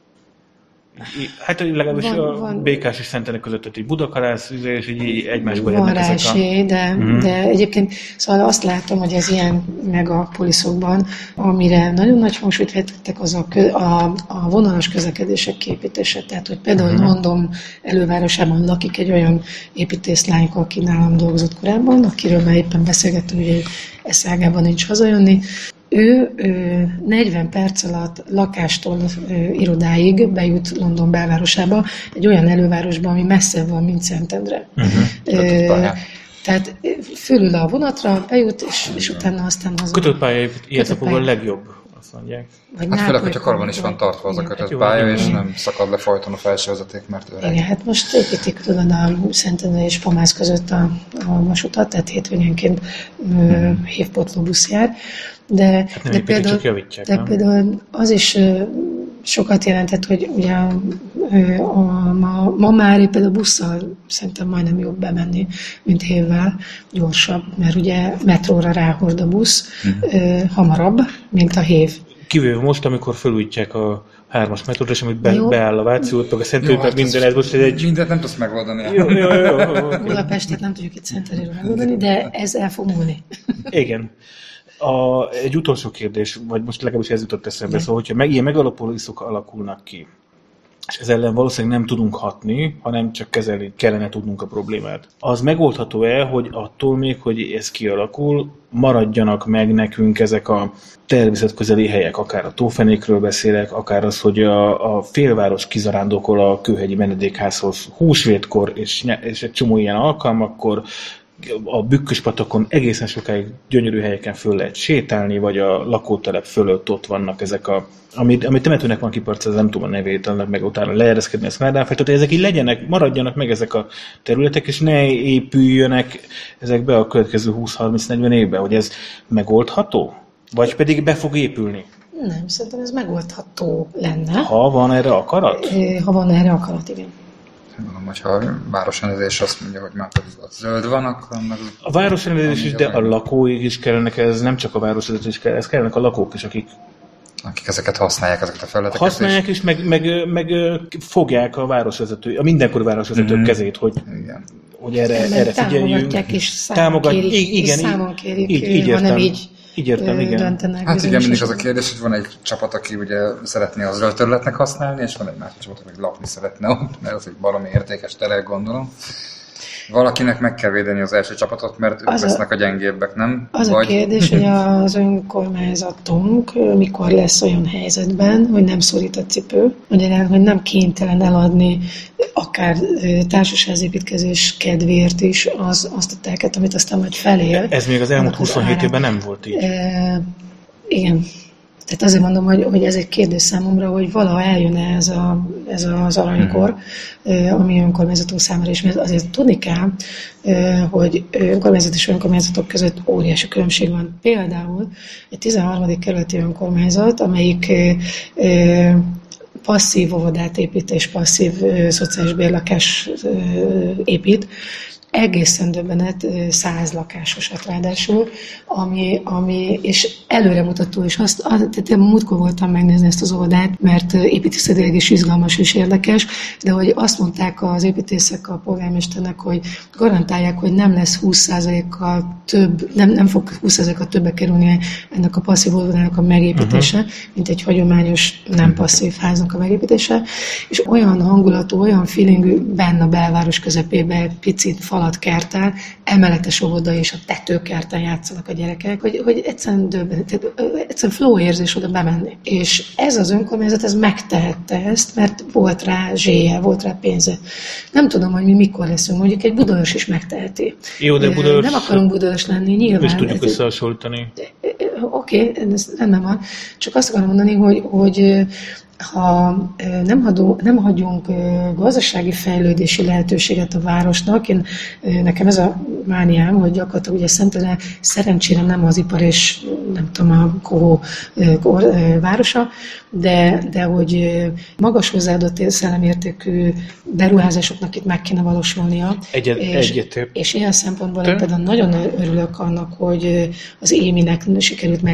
Hát legalábbis van, a van, Békás és Szentendre között egy Budakalász, és így egymásba érnek ezek a... Esély, de, uh-huh. de egyébként szóval azt látom, hogy az ilyen megapoliszokban, amire nagyon nagy hangsúlyt vettek, az a, kö, a, a vonalas közlekedések kiépítése. Tehát, hogy például uh-huh. London elővárosában lakik egy olyan építészlány, aki nálam dolgozott korábban, akiről már éppen beszélgettünk, hogy eszágában nincs hazajönni. Ő, ő negyven perc alatt lakástól ő, irodáig bejut London belvárosába, egy olyan elővárosba, ami messzebb van, mint Szentendre. Uh-huh. Ö, tehát fölül a vonatra, bejut, és, és utána aztán haza. Kötött pálya ilyen szempontból a legjobb, azt mondják. Vagy hát főleg, hogyha karban is van tartva az a kötött pálya, és nem szakad le folyton a felső vezeték, mert öreg. Igen, hát most építik tudod a Szentendre és Pomász között a, a vasutat, tehát hétvégénként hmm. hívpotló busz jár. De, hát de, például, javítják, de például az is uh, sokat jelentett, hogy ugye uh, a, ma, ma már például a busszal szerintem majdnem jobb bemenni, mint hévvel, gyorsabb, mert ugye metróra ráhord a busz uh-huh. uh, hamarabb, mint a hév. Kivéve most, amikor felújítják a hármas metrót, és amit be, beáll a Váci út, meg a Szentőt, meg minden, ez most egy... Mindent nem tudsz megoldani. Jó, jó, jó, jó. Budapestet nem tudjuk itt Szentendréről megoldani, de ez el fog múlni. Igen. A, egy utolsó kérdés, vagy most legalábbis ez jutott eszembe, szóval, hogyha meg, ilyen megalapolisok alakulnak ki, és ez ellen valószínűleg nem tudunk hatni, hanem csak kezelni kellene tudnunk a problémát. Az megoldható-e, hogy attól még, hogy ez kialakul, maradjanak meg nekünk ezek a természetközeli helyek, akár a tófenékről beszélek, akár az, hogy a, a félváros kizarándokol a Kőhegyi menedékházhoz húsvétkor, és, és egy csomó ilyen alkalmakkor, a Bükkös-patakon egészen sokáig gyönyörű helyeken föl lehet sétálni, vagy a lakótelep fölött ott vannak ezek a... Amit, amit temetőnek van kiparcol, nem tudom a nevét, annak meg utána leereszkedni a Smárdámfájtól, tehát ezek így legyenek, maradjanak meg ezek a területek, és ne épüljönek ezekbe a következő húsz-harminc-negyven évben, hogy ez megoldható? Vagy pedig be fog épülni? Nem, szerintem ez megoldható lenne. Ha van erre akarat? Ha van erre akarat, igen. Mondom, hogyha a városrendezés azt mondja, hogy már pedig a zöld van, akkor meg... A városrendezés is, de a lakóik is kellenek, ez nem csak a városrendezés is kell, ez kellenek a lakók is, akik... Akik ezeket használják, ezeket a felületeket. Használják is, meg, meg, meg fogják a városvezető, a mindenkori városvezetők mm. kezét, hogy, igen. hogy erre, erre figyeljünk. Támogatják és számon kérik, igen, és számon kérik, így, így értem. hanem így Így értem, igen. döntenek. Hát igen, mindig az a kérdés, hogy van egy csapat, aki ugye szeretné az zöld területnek használni, és van egy másik csapat, aki lakni szeretne ott, mert az egy valami értékes terek, gondolom. Valakinek meg kell védeni az első csapatot, mert ők lesznek a gyengébbek, nem? Az Vagy... a kérdés, hogy az önkormányzatunk mikor lesz olyan helyzetben, hogy nem szorít a cipő, magyarán, hogy nem kénytelen eladni akár társaságépítkezés kedvéért is az, azt a telket, amit aztán majd felér. Ez még az elmúlt huszonhét évben nem volt így. E, igen. Tehát azért mondom, hogy, hogy ez egy kérdés számomra, hogy valaha eljön-e ez, a, ez az aranykor, hmm. ami önkormányzatunk számára is. Mert azért tudni kell, hogy önkormányzat és önkormányzatok között óriási különbség van. Például egy tizenharmadik kerületi önkormányzat, amelyik passzív óvodát épít és passzív szociális bérlakás épít, egészen döbbenet, száz lakásosat ráadásul, ami, ami, és előremutató, és azt, tehát én múltkor voltam megnézni ezt az óvodát, mert építészetileg is izgalmas és érdekes, de hogy azt mondták az építészek a polgármesternek, hogy garantálják, hogy nem lesz húsz százalékkal több, nem, nem fog húsz százalékkal többe kerülni ennek a passzív óvodának a megépítése, uh-huh. mint egy hagyományos, nem passzív háznak a megépítése, és olyan hangulatú, olyan feelingű benne a belváros közepében, picit falat kertel, emeletes óvoda és a tetőkerten játszanak a gyerekek, hogy, hogy egyszerűen döbbenet, egyszerűen flow érzés oda bemenni. És ez az önkormányzat, ez megtehette ezt, mert volt rá zséje, volt rá pénze. Nem tudom, hogy mi mikor leszünk, mondjuk egy Budaörs is megteheti. Jó, de Budaörs... Nem akarunk Budaörs lenni, nyilván. És tudjuk összehasonlítani. Oké, okay, ez rendben van. Csak azt akarom mondani, hogy, hogy ha nem, hadó, nem hagyunk gazdasági fejlődési lehetőséget a városnak, én, nekem ez a mániám, hogy gyakorlatilag ugye Szentendre szerencsére nem az ipar és nem tudom, a kohó városa, de, de hogy magas hozzáadott szellemértékű beruházásoknak itt meg kéne valósulnia. Egyet, és, egyetért. és ilyen szempontból én például nagyon örülök annak, hogy az Éminek sikerült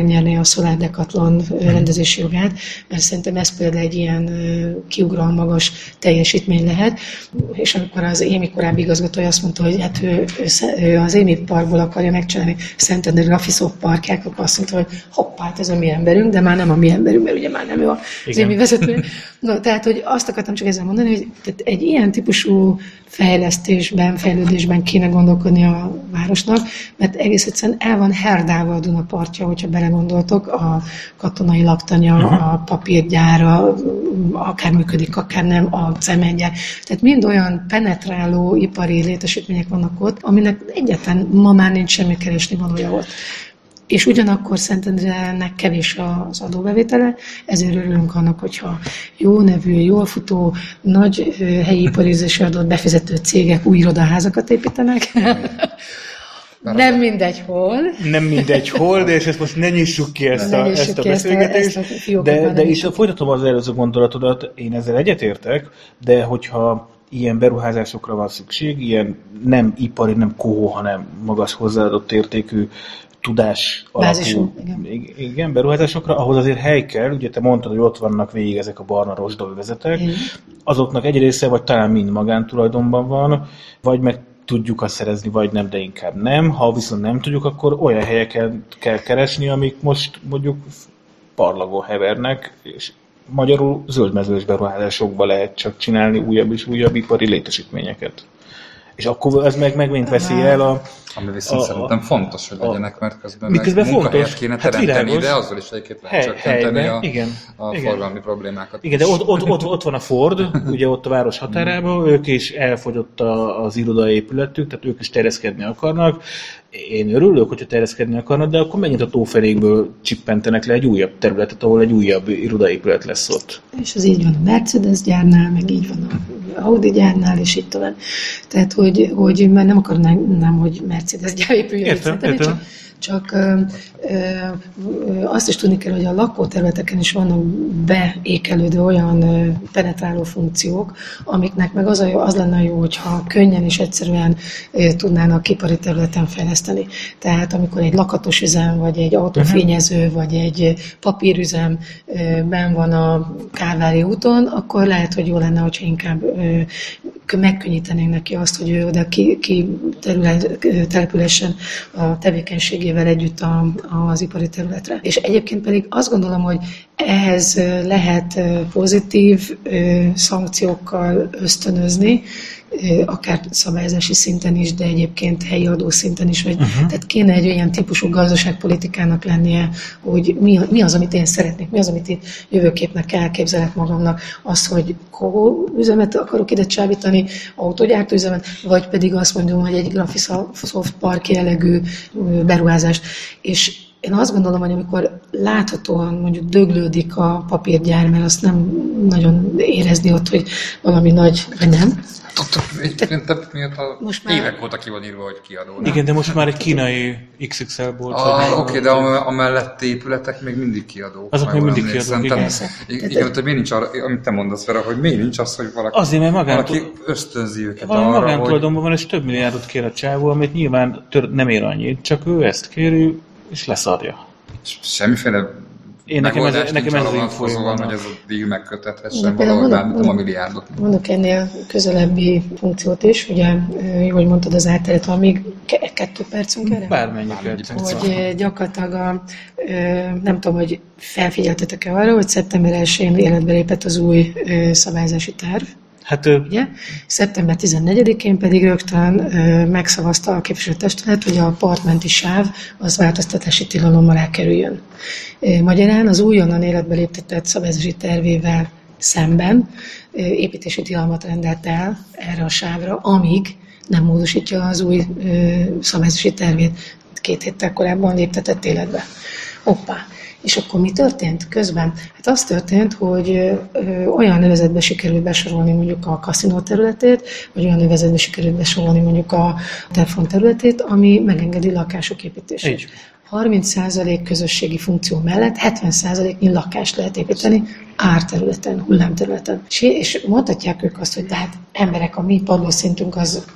megnyerni a Solar Decathlon rendezési jogát, mert szerintem ez például egy ilyen kiugróan magas teljesítmény lehet, és amikor az Émi korábbi igazgatója azt mondta, hogy hát ő, ő, ő az Émi parkból akarja megcsinálni Szentendrei Graphisoft parkját, akkor azt mondta, hogy hoppá, hát ez a mi emberünk, de már nem a mi emberünk, mert ugye már nem ő az Émi vezető. No, tehát, hogy azt akartam csak ezzel mondani, hogy tehát egy ilyen típusú fejlesztésben, fejlődésben kéne gondolkodni a városnak, mert egész egyszerűen el van herdálva a Duna partja, hogyha belegondoltok, a katonai laktanya, uh-huh. a papírgyára, akár működik, akár nem, a cementgyár. Tehát mind olyan penetráló ipari létesítmények vannak ott, aminek egyáltalán ma már nincs semmi keresni valója ott. És ugyanakkor Szentendrének kevés az adóbevétele, ezért örülünk annak, hogyha jó nevű, jól futó, nagy helyi iparizési adót befizető cégek új irodaházakat építenek. Nem mindegy hol. Nem mindegy hol, de és ezt most ne nyissuk ki ezt, a, ezt a beszélgetést. Ezt a de de is folytatom az előző gondolatodat, én ezzel egyetértek, de hogyha ilyen beruházásokra van szükség, ilyen nem ipari, nem kohó, hanem magas hozzáadott értékű tudás alapú igen. igen, beruházásokra, ahhoz azért hely kell, ugye te mondtad, hogy ott vannak végig ezek a barna rozsdaövezetek, azoknak egy része, vagy talán mind magántulajdonban van, vagy meg tudjuk azt szerezni, vagy nem, de inkább nem. Ha viszont nem tudjuk, akkor olyan helyeken kell keresni, amik most mondjuk parlagon hevernek, és magyarul zöldmezős beruházásokba lehet csak csinálni újabb és újabb ipari létesítményeket. És akkor ez meg megint veszi el a... Ami viszont a, szerintem fontos, hogy legyenek, mert közben meg munkahelyet kéne teremteni, hát de azzal is egyébként lehet csökkenteni a, igen, a igen. forgalmi problémákat. Igen, de ott, ott, ott, ott van a Ford, ugye ott a város határában, ők is elfogyott a, az irodai épületük, tehát ők is terjeszkedni akarnak. Én örülök, hogyha terjeszkedni akarnak, de akkor megint a tófenékből csippentenek le egy újabb területet, ahol egy újabb irodaépület lesz ott. És az így van a Mercedes gyárnál, meg így van a Audi gyárnál, és így tovább. Tehát, hogy, hogy már nem akarnám, nem, hogy Mercedes gyár épüljön. Értem, értem. Csak, csak ö, ö, azt is tudni kell, hogy a lakóterületeken is vannak beékelődő olyan ö, penetráló funkciók, amiknek meg az, a jó, az lenne jó, hogyha könnyen és egyszerűen ö, tudnának ipari területen fejleszteni. Tehát amikor egy lakatos üzem, vagy egy autófényező, vagy egy papírüzem ö, benn van a Kálvári úton, akkor lehet, hogy jó lenne, hogyha inkább ö, megkönnyítenénk neki azt, hogy ő oda ki, ki terület, településen a tevékenységével együtt a, az ipari területre. És egyébként pedig azt gondolom, hogy ehhez lehet pozitív szankciókkal ösztönözni, akár szabályozási szinten is, de egyébként helyi adó szinten is, vagy, uh-huh. tehát kéne egy olyan típusú gazdaságpolitikának lennie, hogy mi, mi az, amit én szeretnék, mi az, amit én jövőképnek elképzelek magamnak, az, hogy kohó üzemet akarok ide csábítani, autógyártó üzemet, vagy pedig azt mondom, hogy egy Graphisoft park jellegű beruházást. És én azt gondolom, hogy amikor láthatóan mondjuk döglődik a papírgyár, mert azt nem nagyon érezni ott, hogy valami nagy, vagy nem. Tudtuk, egyébként több miatt a most már... évek óta ki van írva, hogy kiadó. Igen, de most már egy kínai iksz iksz el bolt. Ah, Oké, okay, de a, a melletti épületek még mindig kiadók. Azok még mindig kiadók, igen. Igen, hogy miért nincs arra, amit te mondasz Vera, hogy miért nincs az, hogy valaki, azért, mert magán... valaki ösztönzi őket valami arra, magántulajdonban hogy... van, és több milliárdot kér a csávó, amit nyilván tör, nem ér annyit, csak ő ezt kéri, és leszarja. Semmiféle Én nekem ez, nekem ez az infózóan, hogy ez a díj megkötethessen valahogy, már nem a milliárdot. Mondok ennél közelebbi funkciót is, ugye, hogy mondtad, az átterület van még kettő percünk erre? Bármennyi percünk. Hogy gyakorlatilag a, nem tudom, hogy felfigyeltetek-e arra, hogy szeptember elsején életbe lépett az új szabályzási terv. Hát, ugye? Szeptember tizennegyedikén pedig rögtön ö, megszavazta a képviselőtestület, hogy a partmenti sáv az változtatási tilalom alá kerüljön. E, magyarán az újonnan életbe léptetett szabályozási tervével szemben ö, építési tilalmat rendelt el erre a sávra, amíg nem módosítja az új ö, szabályozási tervét. Két héttel korábban léptetett életbe. Hoppá! És akkor mi történt közben? Hát az történt, hogy ö, olyan övezetbe sikerült besorolni mondjuk a kaszinó területét, vagy olyan övezetbe sikerült besorolni mondjuk a telefon területét, ami megengedi lakások építését. Így. harminc százalék közösségi funkció mellett hetven százaléknyi lakást lehet építeni árterületen, hullámterületen. És mondhatják ők azt, hogy de hát emberek, a mi padlószintünk az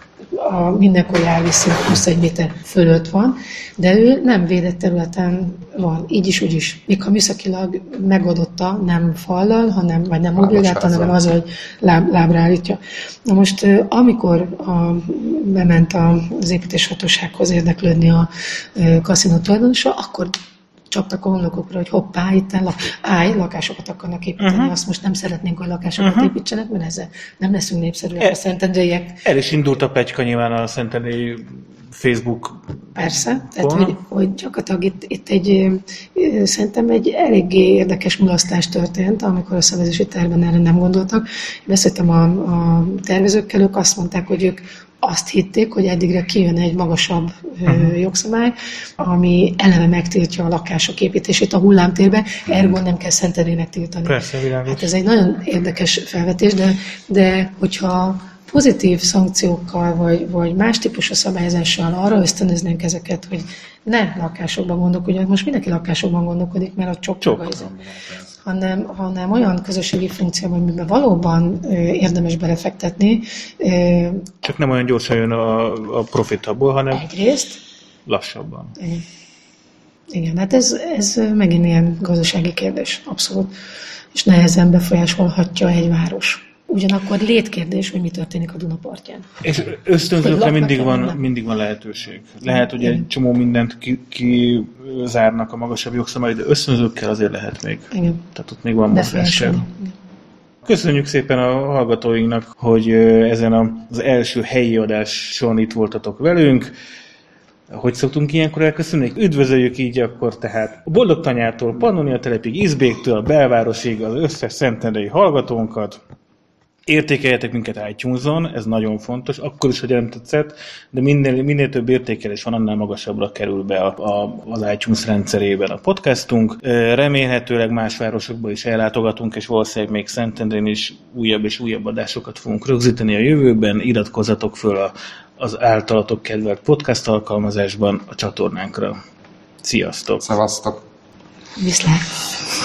a mindenkori árvízszint huszonegy méter fölött van, de ő nem védett területen van, így is, úgy is. Még ha műszakilag megoldotta, nem fallal, hanem, vagy nem mobilát, hanem az, hogy láb, lábra állítja. Na most, amikor a, bement az építéshatósághoz érdeklődni a kaszinó tulajdonosa, akkor csaptak a homlokokra, hogy hoppá, itt lak, állj, lakásokat akarnak építeni, uh-huh. azt most nem szeretnénk, hogy lakásokat uh-huh. építsenek, mert ezzel nem leszünk népszerűek e, a szentendreiek. El is indult a pletyka nyilván a szentendrei Facebook. Persze, tehát hogy, hogy gyakorlatilag itt, itt egy, szerintem egy eléggé érdekes mulasztás történt, amikor a szervezési tervben erre nem gondoltak. Beszéltem a, a tervezőkkel, ők azt mondták, hogy ők azt hitték, hogy eddigre kijön egy magasabb uh-huh. jogszabály, ami eleve megtiltja a lakások építését a hullámtérbe, ergo nem kell Szentendrének tiltani. Persze, világos. Hát ez egy nagyon érdekes felvetés, de, de hogyha pozitív szankciókkal, vagy, vagy más típusú szabályozással arra ösztönöznénk ezeket, hogy ne lakásokban gondolkodjanak, most mindenki lakásokban gondolkodik, mert a csok, csok. Hanem, hanem olyan közösségi funkcióban, amiben valóban ö, érdemes belefektetni. Ö, Csak nem olyan gyorsan jön a, a profit abból, hanem egyrészt lassabban. Igen, Igen hát ez, ez megint ilyen gazdasági kérdés, abszolút. És nehezen befolyásolhatja egy város. Ugyanakkor létkérdés, hogy mi történik a Duna partján. És ösztönzőkre mindig van, mindig van lehetőség. Lehet, hogy egy csomó mindent kizárnak ki a magasabb jogszabály, de ösztönzőkkel azért lehet még. Igen. Tehát ott még van mozgásság. Köszönjük szépen a hallgatóinknak, hogy ezen az első helyi adáson itt voltatok velünk. Hogy szoktunk ilyenkor elköszönni? Üdvözöljük így akkor tehát a Boldog Tanyától, Pannonia telepig, Izbéktől, a belvárosig az összes szentendrei hallgatónkat. Értékeljetek minket iTunes-on, ez nagyon fontos, akkor is, hogy nem tetszett, de minél, minél több értékelés van, annál magasabbra kerül be a, a, az iTunes rendszerében a podcastunk. Remélhetőleg más városokba is ellátogatunk, és valószínűleg még Szentendrén is újabb és újabb adásokat fogunk rögzíteni a jövőben. Iratkozzatok föl a, az általatok kedvelt podcast alkalmazásban a csatornánkra. Sziasztok! Szevasztok! Viszlát!